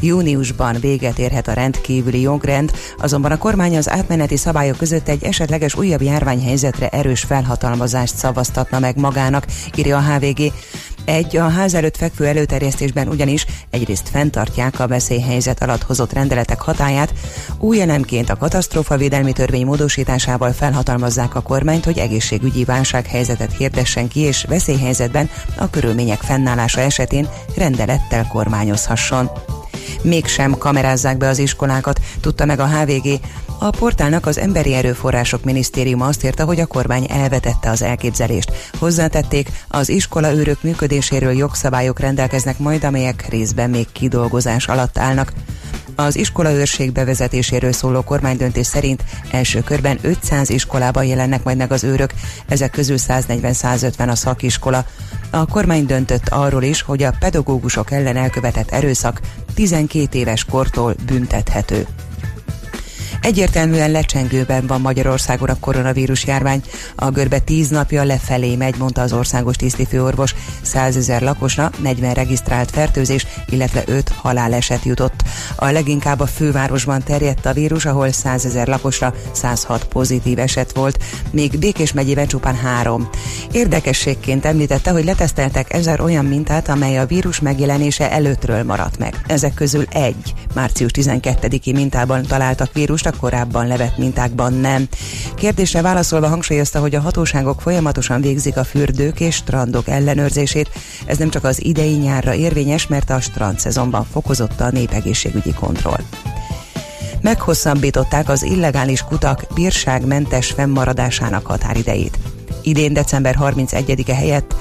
júniusban véget érhet a rendkívüli jogrend, azonban a kormány az átmeneti szabályok között egy esetleges újabb járványhelyzetre erős felhatalmazást szavaztatna meg magának, írja a HVG. A ház előtt fekvő előterjesztésben ugyanis egyrészt fenntartják a veszélyhelyzet alatt hozott rendeletek hatályát, új elemként a katasztrófavédelmi törvény módosításával felhatalmazzák a kormányt, hogy egészségügyi válsághelyzetet hirdessen ki, és veszélyhelyzetben a körülmények fennállása esetén rendelettel kormányozhasson. Mégsem kamerázzák be az iskolákat, tudta meg a HVG. A portálnak az Emberi Erőforrások Minisztériuma azt írta, hogy a kormány elvetette az elképzelést. Hozzátették, az iskolaőrök működéséről jogszabályok rendelkeznek majd, amelyek részben még kidolgozás alatt állnak. Az iskolaőrség bevezetéséről szóló kormánydöntés szerint első körben 500 iskolában jelennek majd meg az őrök, ezek közül 140-150 a szakiskola. A kormány döntött arról is, hogy a pedagógusok ellen elkövetett erőszak 12 éves kortól büntethető. Egyértelműen lecsengőben van Magyarországon a koronavírus járvány. A görbe 10 napja lefelé megy, mondta az országos tisztifőorvos. 100 000 lakosra 40 regisztrált fertőzés, illetve 5 haláleset jutott. A leginkább a fővárosban terjedt a vírus, ahol 100 000 lakosra 106 pozitív eset volt, míg Békés megyében csupán 3. Érdekességként említette, hogy leteszteltek 1000 olyan mintát, amely a vírus megjelenése előttről maradt meg. Ezek közül egy március 12-i mintában találtak vírust, a korábban levett mintákban nem. Kérdésre válaszolva hangsúlyozta, hogy a hatóságok folyamatosan végzik a fürdők és strandok ellenőrzését. Ez nem csak az idei nyárra érvényes, mert a strandszezonban fokozott a népegészségügyi kontroll. Meghosszabbították az illegális kutak bírságmentes fennmaradásának határidejét. Idén december 31-e helyett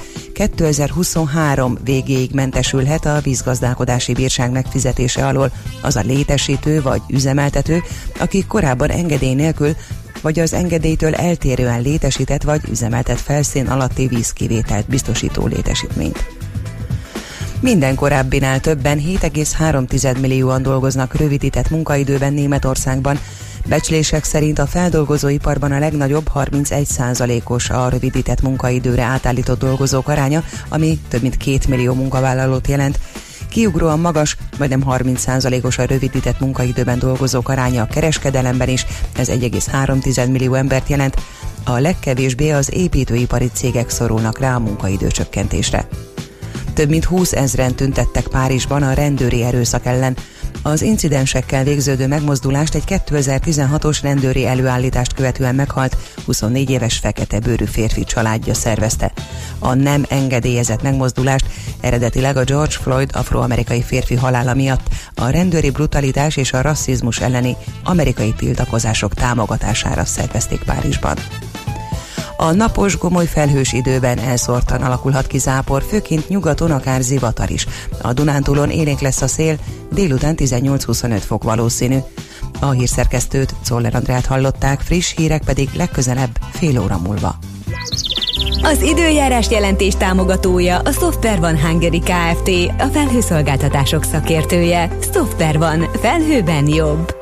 2023 végéig mentesülhet a vízgazdálkodási bírság megfizetése alól az a létesítő vagy üzemeltető, aki korábban engedély nélkül vagy az engedélytől eltérően létesített vagy üzemeltett felszín alatti vízkivételt biztosító létesítményt. Minden korábbinál többen, 7,3 millióan dolgoznak rövidített munkaidőben Németországban. Becslések szerint a feldolgozóiparban a legnagyobb 31%-os a rövidített munkaidőre átállított dolgozók aránya, ami több mint 2 millió munkavállalót jelent. Kiugróan magas, majdnem 30%-os a rövidített munkaidőben dolgozók aránya a kereskedelemben is, ez 1,3 millió embert jelent. A legkevésbé az építőipari cégek szorulnak rá a munkaidőcsökkentésre. Több mint 20 000 tüntettek Párizsban a rendőri erőszak ellen. Az incidensekkel végződő megmozdulást egy 2016-os rendőri előállítást követően meghalt 24 éves fekete bőrű férfi családja szervezte. A nem engedélyezett megmozdulást eredetileg a George Floyd afroamerikai férfi halála miatt a rendőri brutalitás és a rasszizmus elleni amerikai tiltakozások támogatására szervezték Párizsban. A napos, gomoly felhős időben elszórtan alakulhat ki zápor, főként nyugaton akár zivatar is. A Dunántúlon élénk lesz a szél, délután 18-25 fok valószínű. A hírszerkesztőt, Czoller Andrát hallották, friss hírek pedig legközelebb fél óra múlva. Az időjárás jelentés támogatója a Software One Hungary Kft., a felhőszolgáltatások szakértője. Software One. Felhőben jobb.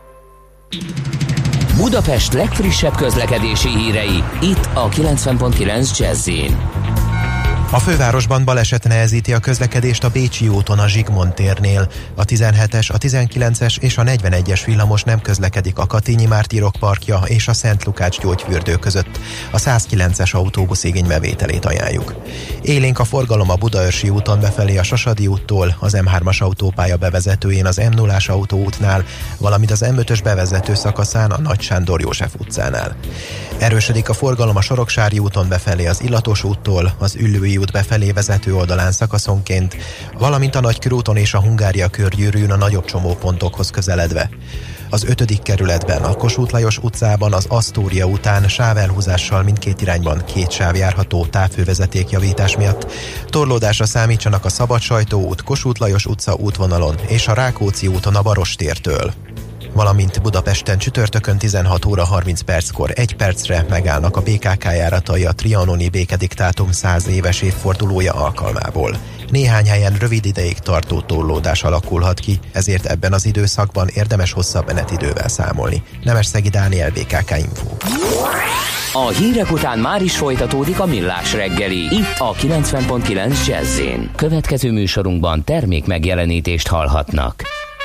Budapest legfrissebb közlekedési hírei, itt a 90.9 Jazz-in. A fővárosban baleset nehezíti a közlekedést a Bécsi úton a Zsigmond térnél. A 17-es, a 19-es és a 41-es villamos nem közlekedik a Katinyi Mártírok parkja és a Szent Lukács gyógyfürdő között. A 109-es autóbusz igénybevételét ajánljuk. Élénk a forgalom a Budaörsi úton befelé a Sasadi úttól, az M3-as autópálya bevezetőjén az M0-as autóútnál, valamint az M5-ös bevezető szakaszán a Nagy Sándor József utcánál. Erősödik a forgalom a Soroksári úton befelé az Illatos úttól, az Üllői út befelé vezető oldalán szakaszonként, valamint a Nagykörúton és a Hungária körgyűrűn a nagyobb csomópontokhoz közeledve. Az 5. kerületben, a Kossuth Lajos utcában az Asztória után sávelhúzással mindkét irányban 2 sáv járható távhővezetékjavítás miatt. Torlódásra számítsanak a Szabadsajtó út, Kossuth Lajos utca útvonalon és a Rákóczi úton a Barostértől. Valamint Budapesten csütörtökön 16 óra 30 perckor 1 percre megállnak a BKK járatai a trianoni békediktátum 100 éves évfordulója alkalmából. Néhány helyen rövid ideig tartó torlódás alakulhat ki, ezért ebben az időszakban érdemes hosszabb menetidővel számolni. Nemesszegi Dániel, BKK Info. A hírek után már is folytatódik a Millás reggeli, itt a 90.9 Jazz-in. Következő műsorunkban termék megjelenítést hallhatnak.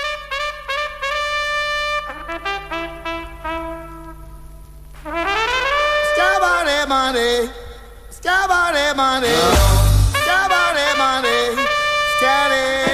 money, scabba money, scabba money, scabba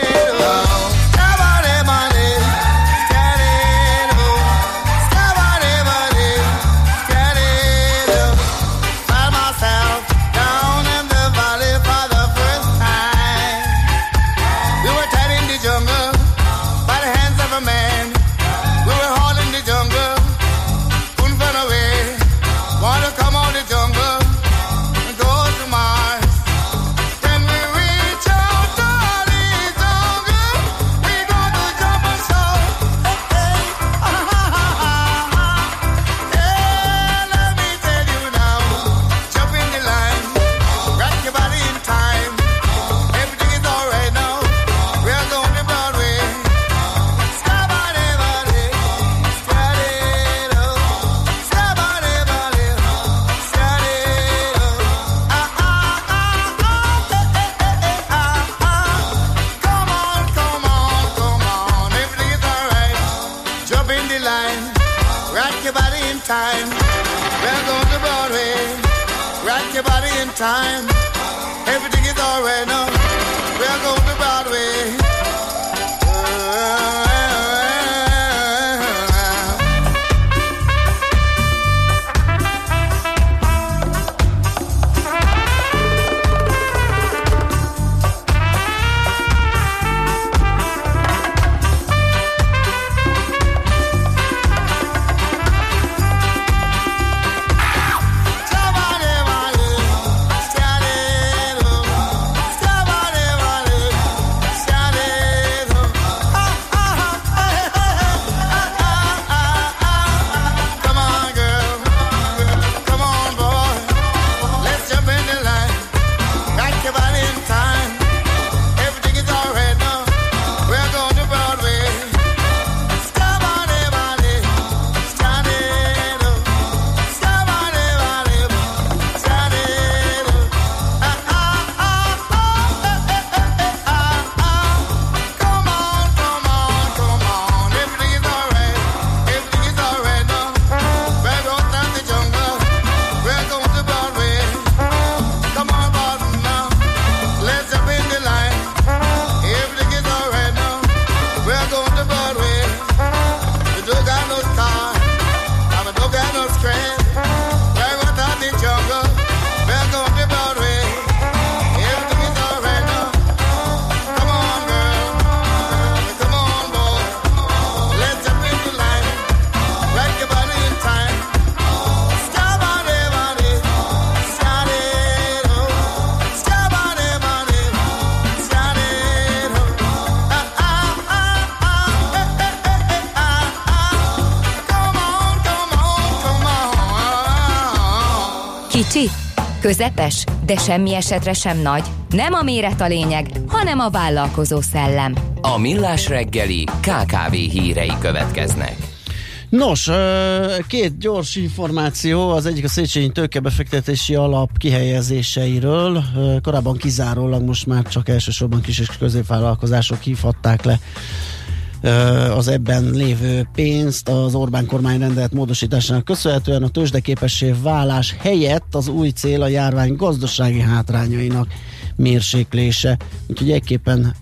time. Everything is alright now. We are going to Broadway. Kicsi, közepes, de semmi esetre sem nagy. Nem a méret a lényeg, hanem a vállalkozó szellem. A Millás reggeli KKV hírei következnek. Nos, két gyors információ, az egyik a Széchenyi Tőkebefektetési Alap kihelyezéseiről. Korábban kizárólag, most már csak elsősorban kis és középvállalkozások hívhatták le az ebben lévő pénzt. Az Orbán kormány rendelet módosításának köszönhetően a tőzsdeképessé válás helyett az új cél a járvány gazdasági hátrányainak mérséklése. Úgyhogy egyképpen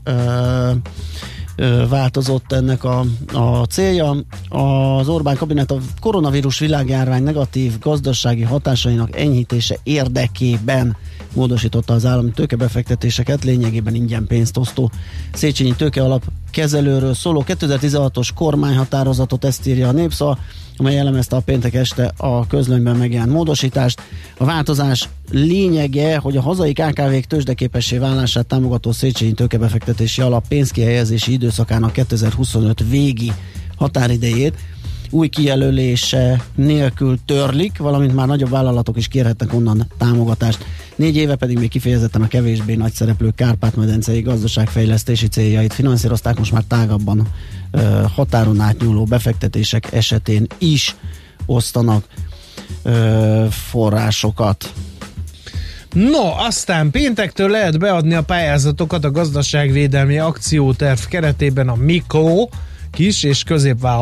változott ennek a célja. Az Orbán kabinet a koronavírus világjárvány negatív gazdasági hatásainak enyhítése érdekében módosította az állami tőkebefektetéseket, lényegében ingyen pénzt osztó Széchenyi Tőkealap kezelőről szóló 2016-os kormányhatározatot, ezt írja a Népszava, amely elemezte a péntek este a közlönyben megjelent módosítást. A változás lényege, hogy a hazai KKV-k tőzsdeképessé válását támogató Széchenyi Tőkebefektetési Alap pénzkihelyezési időszakának 2025 végi határidejét új kijelölése nélkül törlik, valamint már nagyobb vállalatok is kérhetnek onnan támogatást. 4 éve pedig még kifejezetten a kevésbé nagy szereplő Kárpát-medencei gazdaságfejlesztési céljait finanszírozták, most már tágabban határon átnyúló befektetések esetén is osztanak forrásokat. No, aztán péntektől lehet beadni a pályázatokat a gazdaságvédelmi akcióterv keretében a MIKO kis és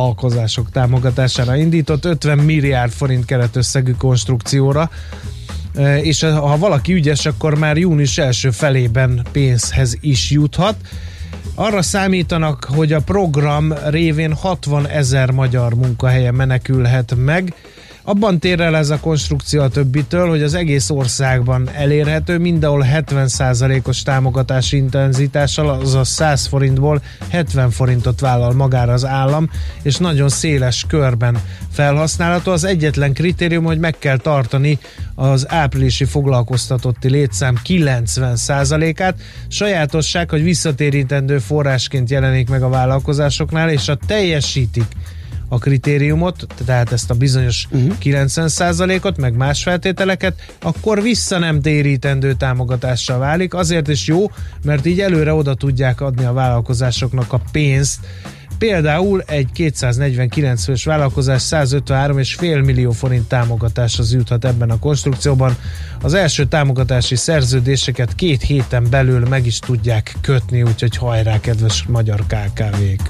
középvállalkozások támogatására indított 50 milliárd forint keretösszegű konstrukcióra. és ha valaki ügyes, akkor már június első felében pénzhez is juthat. Arra számítanak, hogy a program révén 60 000 magyar munkahelye menekülhet meg. Abban tér el ez a konstrukció a többitől, hogy az egész országban elérhető, mindenhol 70%-os támogatási intenzitással, azaz 100 forintból 70 forintot vállal magára az állam, és nagyon széles körben felhasználható. Az egyetlen kritérium, hogy meg kell tartani az áprilisi foglalkoztatotti létszám 90%-át. Sajátosság, hogy visszatérítendő forrásként jelenik meg a vállalkozásoknál, és ha teljesítik a kritériumot, tehát ezt a bizonyos 90%-ot, meg más feltételeket, akkor vissza nem térítendő támogatással válik. Azért is jó, mert így előre oda tudják adni a vállalkozásoknak a pénzt. Például egy 249 fős vállalkozás 153,5 millió forint támogatáshoz juthat ebben a konstrukcióban. Az első támogatási szerződéseket 2 héten belül meg is tudják kötni, úgyhogy hajrá, kedves magyar KKV-k!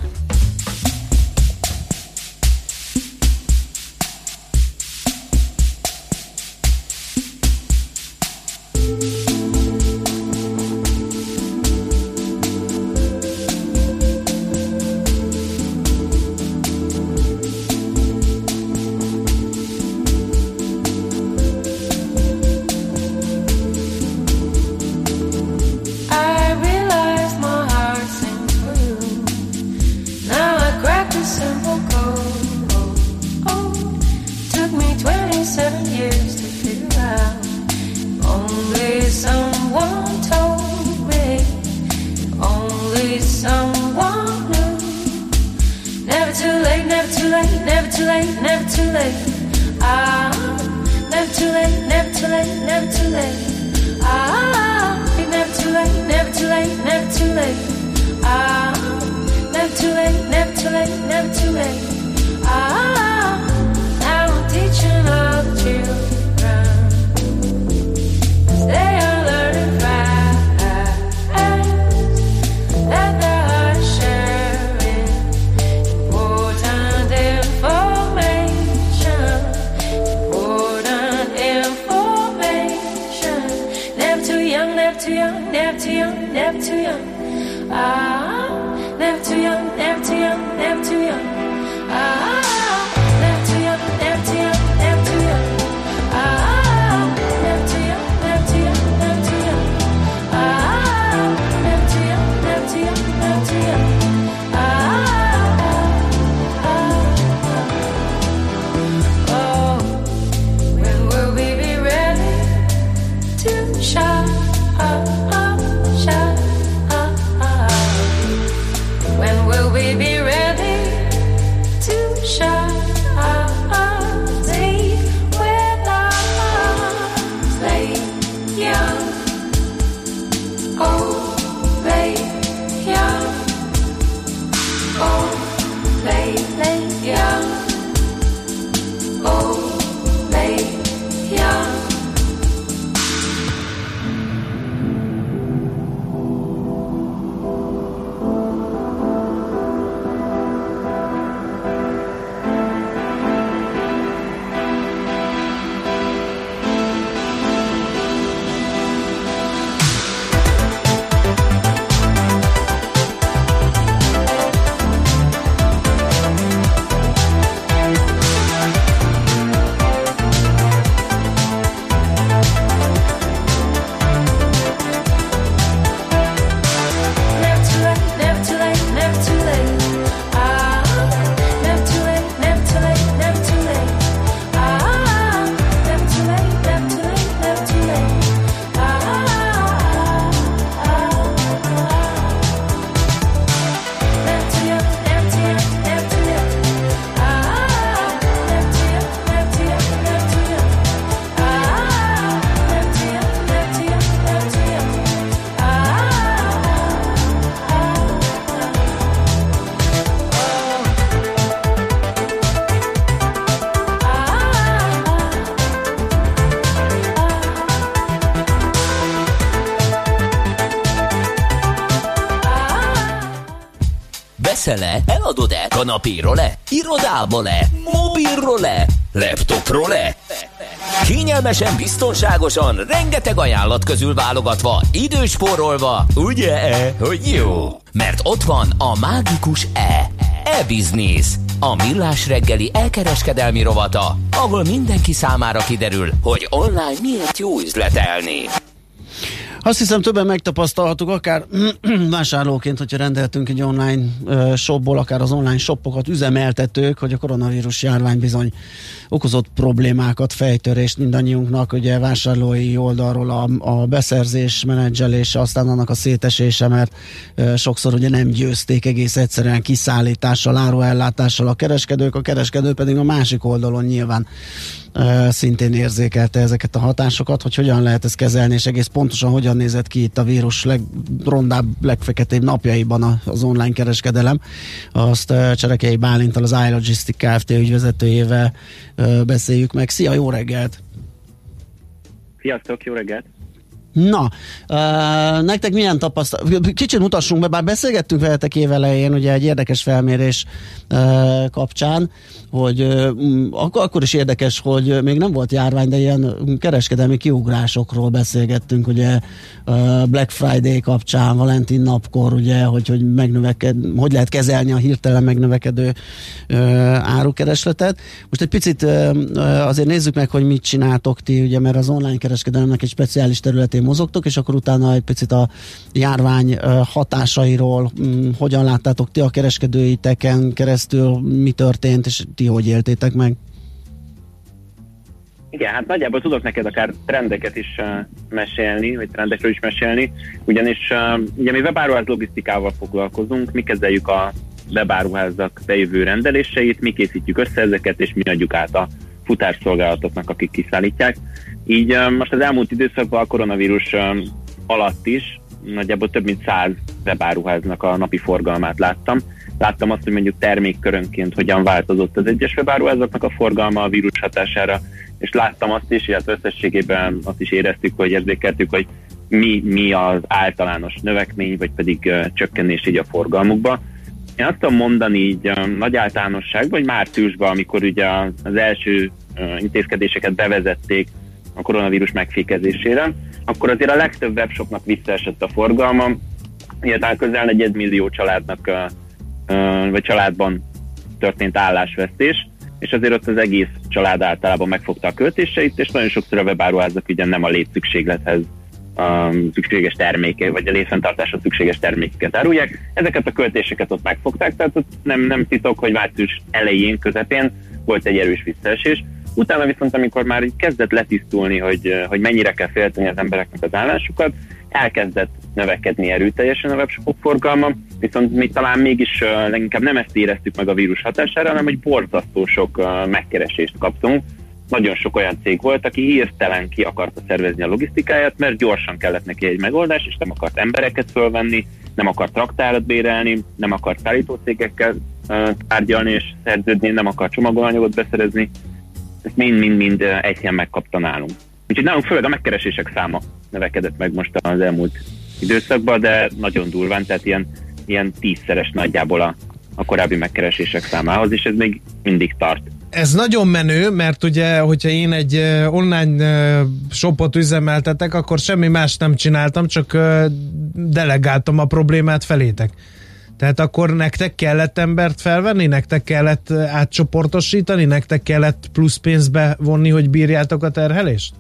Veszel-e? Eladod-e? Kanapéról-e? Irodából-e? Mobilról-e? Laptopról-e? Kényelmesen, biztonságosan, rengeteg ajánlat közül válogatva, időspórolva, ugye, hogy jó? Mert ott van a mágikus e-business, a Millás reggeli elkereskedelmi rovata, ahol mindenki számára kiderül, hogy online miért jó üzletelni. Azt hiszem, többen megtapasztalhattuk, akár vásárlóként, hogyha rendeltünk egy online shopból, akár az online shopokat üzemeltetők, hogy a koronavírus járvány bizony okozott problémákat, fejtörést mindannyiunknak, ugye vásárlói oldalról a beszerzés, menedzselése, aztán annak a szétesése, mert sokszor ugye nem győzték egész egyszerűen kiszállítással, áruellátással a kereskedő pedig a másik oldalon nyilván szintén érzékelte ezeket a hatásokat, hogy hogyan lehet ezt kezelni, és egész pontosan hogyan nézett ki itt a vírus legrondább, legfeketébb napjaiban az online kereskedelem. Azt Cserekei Bálinttal, az iLogistic Kft. Ügyvezetőjével beszéljük meg. Szia, jó reggelt! Sziasztok, jó reggelt! Na, nektek milyen tapasztalat? Kicsit mutassunk be, bár beszélgettünk veletek évelején, ugye egy érdekes felmérés kapcsán, hogy akkor is érdekes, hogy még nem volt járvány, de ilyen kereskedelmi kiugrásokról beszélgettünk, ugye Black Friday kapcsán, Valentin napkor, ugye, hogy hogy lehet kezelni a hirtelen megnövekedő árukeresletet. Most egy picit azért nézzük meg, hogy mit csináltok ti, ugye, mert az online kereskedelemnek egy speciális területén mozogtok, és akkor utána egy picit a járvány hatásairól, hogyan láttátok ti a kereskedőiteken keresztül, mi történt, és ti hogy éltétek meg? Igen, hát nagyjából tudok neked akár trendeket is mesélni, vagy trendekről is mesélni, ugyanis ugye mi webáruház logisztikával foglalkozunk, mi kezeljük a webáruházak bejövő rendeléseit, mi készítjük össze ezeket, és mi adjuk át a futárszolgálatoknak, akik kiszállítják. Így most az elmúlt időszakban a koronavírus alatt is nagyjából több mint 100 webáruháznak a napi forgalmát láttam. Láttam azt, hogy mondjuk termékkörönként hogyan változott az egyes webáruházaknak a forgalma a vírus hatására, és láttam azt is, illetve összességében azt is éreztük, hogy érzékeltük, hogy mi az általános növekmény, vagy pedig csökkenés így a forgalmukba. Én azt tudom mondani így nagy általánosságban, hogy márciusban, amikor ugye az első intézkedéseket bevezették a koronavírus megfékezésére, akkor azért a legtöbb webshopnak visszaesett a forgalma, illetve közel 4 millió családnak vagy családban történt állásvesztés, és azért ott az egész család általában megfogta a költéseit, és nagyon sokszor a webáruházak ugye nem a létszükséglethez szükséges termékek, vagy a létfenntartáshoz szükséges termékeket árulják. Ezeket a költéseket ott megfogták, tehát ott nem titok, hogy március elején, közepén volt egy erős visszaesés. Utána viszont, amikor már kezdett letisztulni, hogy mennyire kell félteni az embereknek az állásukat, elkezdett növekedni erőteljesen a webshopok forgalma, viszont mi talán mégis leginkább nem ezt éreztük meg a vírus hatására, hanem hogy borzasztó sok megkeresést kaptunk. Nagyon sok olyan cég volt, aki hirtelen ki akarta szervezni a logisztikáját, mert gyorsan kellett neki egy megoldás, és nem akart embereket fölvenni, nem akart raktárat bérelni, nem akart szállítócégekkel tárgyalni és szerződni, nem akart csomagolanyagot beszerezni. Ezt mind egy helyen megkapta nálunk. Úgyhogy nálunk főleg a megkeresések száma növekedett meg most az elmúlt időszakban, de nagyon durván, tehát ilyen 10-szeres nagyjából a korábbi megkeresések számához, és ez még mindig tart. Ez nagyon menő, mert ugye, hogyha én egy online shopot üzemeltetek, akkor semmi más nem csináltam, csak delegáltam a problémát felétek. Tehát akkor nektek kellett embert felvenni, nektek kellett átcsoportosítani, nektek kellett plusz pénzbe vonni, hogy bírjátok a terhelést?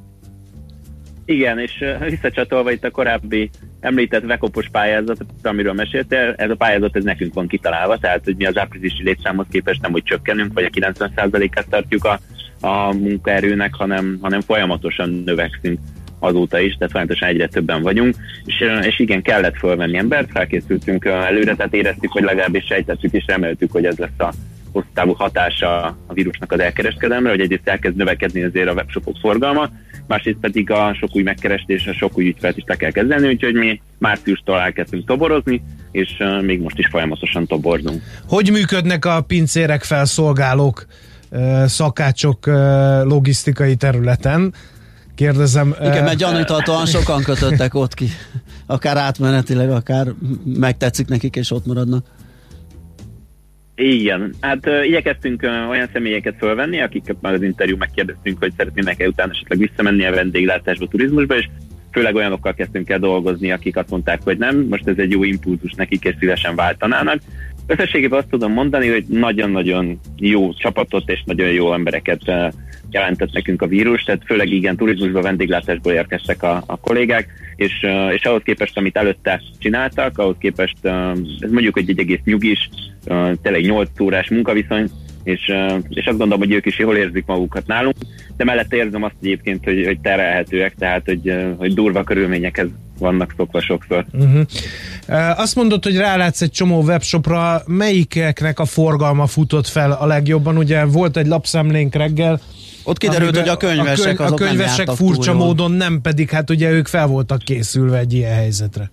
Igen, és visszacsatolva itt a korábbi említett vekopos pályázat, amiről meséltél, ez a pályázat ez nekünk van kitalálva, tehát hogy mi az áprilisi létszámhoz képest nem úgy csökkenünk, vagy a 90%-át tartjuk a munkaerőnek, hanem folyamatosan növekszünk azóta is, tehát folyamatosan egyre többen vagyunk, és igen, kellett fölvenni embert, felkészültünk előre, tehát éreztük, hogy legalábbis sejtettük és reméltük, hogy ez lesz a hosszú távú hatása a vírusnak az elkereskedelemre, hogy egyrészt elkezd növekedni azért a webshopok forgalma, másrészt pedig a sok új megkerestés, a sok új ügyfelet is le kell kezdeni, úgyhogy mi márciustól elkezdtünk toborozni, és még most is folyamatosan toborzunk. Hogy működnek a pincérek, felszolgálók, szakácsok logisztikai területen? Kérdezem. Igen, mert gyanújtatóan sokan kötöttek ott ki. Akár átmenetileg, akár megtetszik nekik, és ott maradnak. Igen, hát igyekeztünk olyan személyeket fölvenni, akiket már az interjú megkérdeztünk, hogy szeretnének-e utána esetleg visszamenni a vendéglátásba, turizmusba, és főleg olyanokkal kezdtünk el dolgozni, akik azt mondták, hogy nem, most ez egy jó impulzus nekik, és szívesen váltanának. Összességében azt tudom mondani, hogy nagyon-nagyon jó csapatot és nagyon jó embereket jelentett nekünk a vírus, tehát főleg igen, turizmusba, vendéglátásból érkeztek a kollégák, és ahhoz képest, amit előtte csináltak, ahhoz képest ez mondjuk egy egész nyugis, tényleg 8 órás munkaviszony, és azt gondolom, hogy ők is jól érzik magukat nálunk, de mellett érzem azt egyébként, hogy terelhetőek, tehát hogy durva körülményekhez vannak szokva sokszor. Azt mondod, hogy rálátsz egy csomó webshopra, melyikeknek a forgalma futott fel a legjobban? Ugye volt egy lapszemlénk reggel, ott kiderült, hogy a könyvesek a könyvesek furcsa módon nem, pedig hát ugye ők fel voltak készülve egy ilyen helyzetre.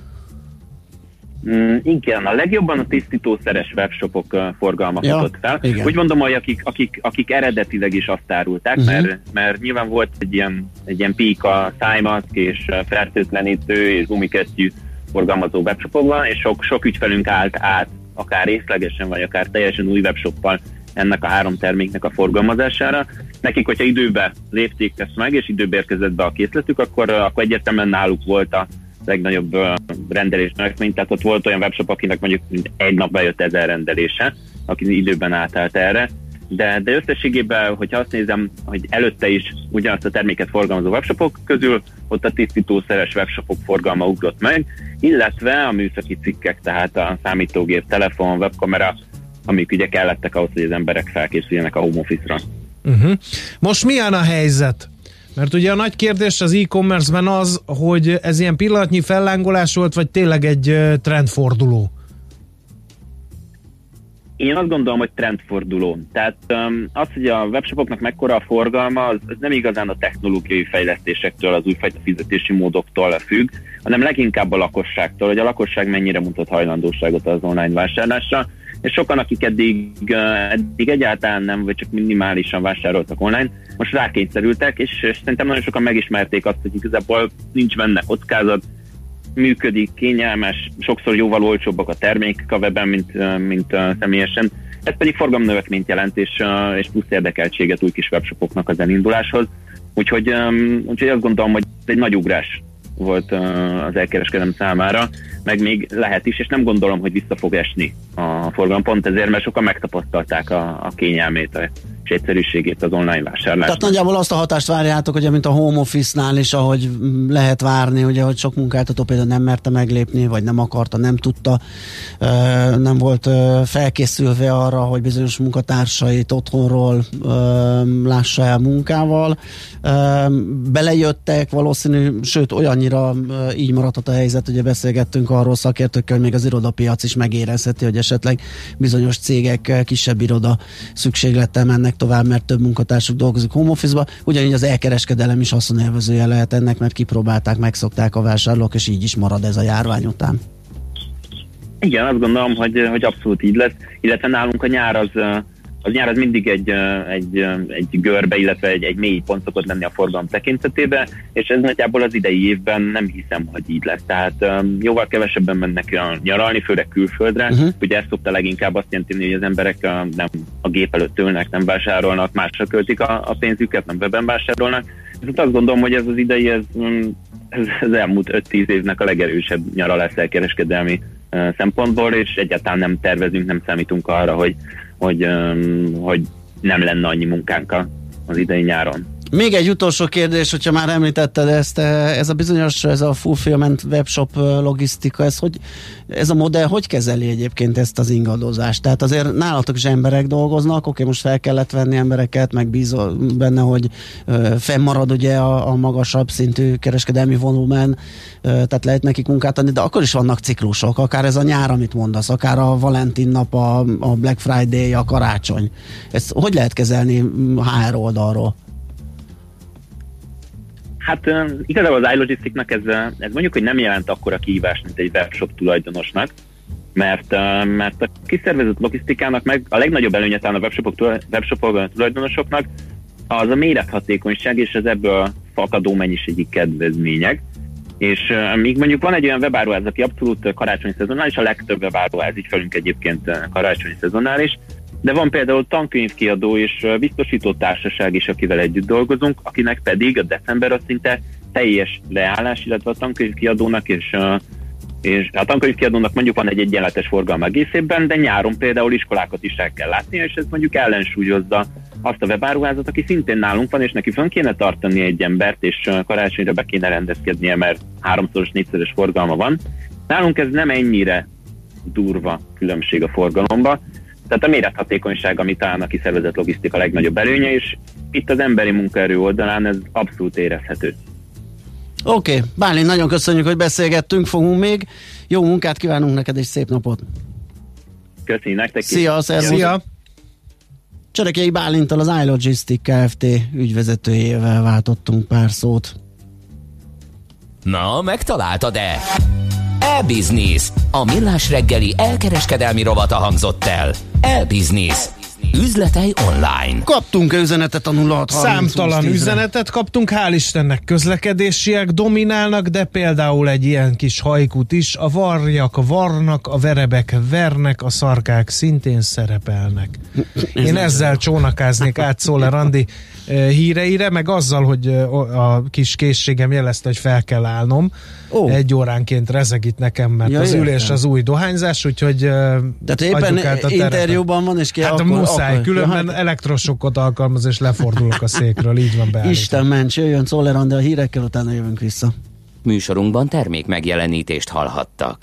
Igen, a legjobban a tisztítószeres webshopok forgalma futott fel. Igen. Úgy mondom, hogy akik eredetileg is azt árulták, mert nyilván volt egy ilyen pík a szájmaszk és fertőtlenítő és gumikesztyű forgalmazó webshopokban, és sok ügyfelünk állt át, akár részlegesen, vagy akár teljesen új webshoppal ennek a 3 terméknek a forgalmazására. Nekik, hogyha időbe lépték ezt meg, és időbe érkezett be a készletük, akkor egyértelműen náluk volt a legnagyobb rendelés növekmény, tehát ott volt olyan webshop, akinek mondjuk egy nap bejött 1000 rendelése, aki időben átállt erre, de összességében, hogyha azt nézem, hogy előtte is ugyanazt a terméket forgalmazó webshopok közül, ott a tisztítószeres webshopok forgalma ugrott meg, illetve a műszaki cikkek, tehát a számítógép, telefon, webkamera, amik ugye kellettek ahhoz, hogy az emberek felkészüljenek a home office-ra. Most milyen a helyzet? Mert ugye a nagy kérdés az e-commerce-ben az, hogy ez ilyen pillanatnyi fellángolás volt, vagy tényleg egy trendforduló? Én azt gondolom, hogy trendforduló. Tehát az, hogy a webshopoknak mekkora a forgalma, az nem igazán a technológiai fejlesztésektől, az újfajta fizetési módoktól függ, hanem leginkább a lakosságtól, hogy a lakosság mennyire mutat hajlandóságot az online vásárlásra, és sokan, akik eddig egyáltalán nem, vagy csak minimálisan vásároltak online, most rákényszerültek, és szerintem nagyon sokan megismerték azt, hogy igazából nincs benne kockázat, működik, kényelmes, sokszor jóval olcsóbbak a termékek a webben, mint személyesen. Ez pedig forgalomnövekményt jelent, és plusz érdekeltséget új kis webshopoknak az elinduláshoz. Úgyhogy azt gondolom, hogy ez egy nagy ugrás volt az elkereskedelem számára, meg még lehet is, és nem gondolom, hogy vissza fog esni a forgalom, pont ezért, mert sokan megtapasztalták a kényelmét és egyszerűségét az online vásárlásnak. Tehát nagyjából azt a hatást várjátok, hogy mint a home office-nál is, ahogy lehet várni, ugye, hogy sok munkáltató például nem merte meglépni, vagy nem akarta, nem tudta, nem volt felkészülve arra, hogy bizonyos munkatársait otthonról lássa el munkával. Belejöttek valószínű, sőt olyannyira így maradhat a helyzet, ugye beszélgettünk arról szakértőkkel, hogy még az irodapiac is megérezheti, hogy esetleg bizonyos cégek kisebb iroda szükséglettel mennek tovább, mert több munkatársuk dolgozik home office-ba. Ugyanígy az elkereskedelem is haszonélvezője lehet ennek, mert kipróbálták, megszokták a vásárlók, és így is marad ez a járvány után. Igen, azt gondolom, hogy abszolút így lesz, illetve nálunk a nyár az mindig egy görbe, illetve egy mély pont szokott lenni a forgalom tekintetében, és ez nagyjából az idei évben nem hiszem, hogy így lesz. Tehát jóval kevesebben mennek nyaralni, főleg külföldre. Ugye ez szokta leginkább azt jelenti, hogy az emberek nem a gép előtt ülnek, nem vásárolnak, másra költik a pénzüket, nem webben vásárolnak. Viszont azt gondolom, hogy ez az idei, ez elmúlt 5-10 évnek a legerősebb nyara lesz elkereskedelmi szempontból, és egyáltalán nem tervezünk, nem számítunk arra, hogy nem lenne annyi munkánk az idei nyáron. Még egy utolsó kérdés, hogyha már említetted ezt, ez a fulfillment webshop logisztika, ez a modell hogy kezeli egyébként ezt az ingadozást? Tehát azért nálatok is emberek dolgoznak, oké, most fel kellett venni embereket, meg bízol benne, hogy fennmarad ugye a magasabb szintű kereskedelmi volumen, tehát lehet nekik munkát adni, de akkor is vannak ciklusok, akár ez a nyár, amit mondasz, akár a Valentin nap, a Black Friday, a karácsony. Ezt hogy lehet kezelni HR oldalról? Hát igazából az iLogisticnak ez mondjuk, hogy nem jelent akkora kihívást, mint egy webshop tulajdonosnak, mert a kiszervezett logisztikának meg a legnagyobb előnye talán a webshopok tulajdonosoknak az a mérethatékonyság és az ebből fakadó mennyiségi kedvezmények. És míg mondjuk van egy olyan webáruház, aki abszolút karácsonyi szezonális, a legtöbb webáruház ügyfelünk egyébként karácsonyi szezonális, de van például tankönyvkiadó és biztosító társaság is, akivel együtt dolgozunk, akinek pedig a december az szinte teljes leállás, illetve a tankönyvkiadónak és a tankönyvkiadónak mondjuk van egy egyenletes forgalma egész évben, de nyáron például iskolákat is el kell látnia, és ez mondjuk ellensúlyozza azt a webáruházat, aki szintén nálunk van, és neki fönn kéne tartani egy embert, és karácsonyra be kéne rendezkednie, mert 3-szoros, 4-szeres forgalma van. Nálunk ez nem ennyire durva különbség a forgalomba, tehát a mérethatékonyság, ami talán a kiszervezett logisztika legnagyobb előnye, és itt az emberi munkaerő oldalán ez abszolút érezhető. Oké, Bálint, nagyon köszönjük, hogy beszélgettünk, fogunk még. Jó munkát kívánunk neked, és szép napot! Köszönjük nektek! Szia, szervusz! Szia! Cserekei Bálinttal, az iLogistics Kft. Ügyvezetőjével váltottunk pár szót. Na, megtaláltad-e? E-Business, a millás reggeli elkereskedelmi rovata hangzott el. E-Business. Üzletei online. Kaptunk üzenetet a 0630. Számtalan üzenetet kaptunk, hál' Istennek közlekedésiek dominálnak, de például egy ilyen kis hajkut is, a varjak varnak, a verebek vernek, a szarkák szintén szerepelnek. Én ezzel csónakáznék át Szoller Andi híreire, meg azzal, hogy a kis készségem jelezte, hogy fel kell állnom. Egy óránként rezeg itt nekem, mert az ülés az új dohányzás, úgyhogy tehát éppen interjúban van, és ki hát akkor, muszáj, különben elektrosokot alkalmaz, és lefordulok a székről, így van beállítva. Isten ments, jöjjön Szoller Andi a hírekkel, utána jövünk vissza. Műsorunkban termék megjelenítést hallhattak.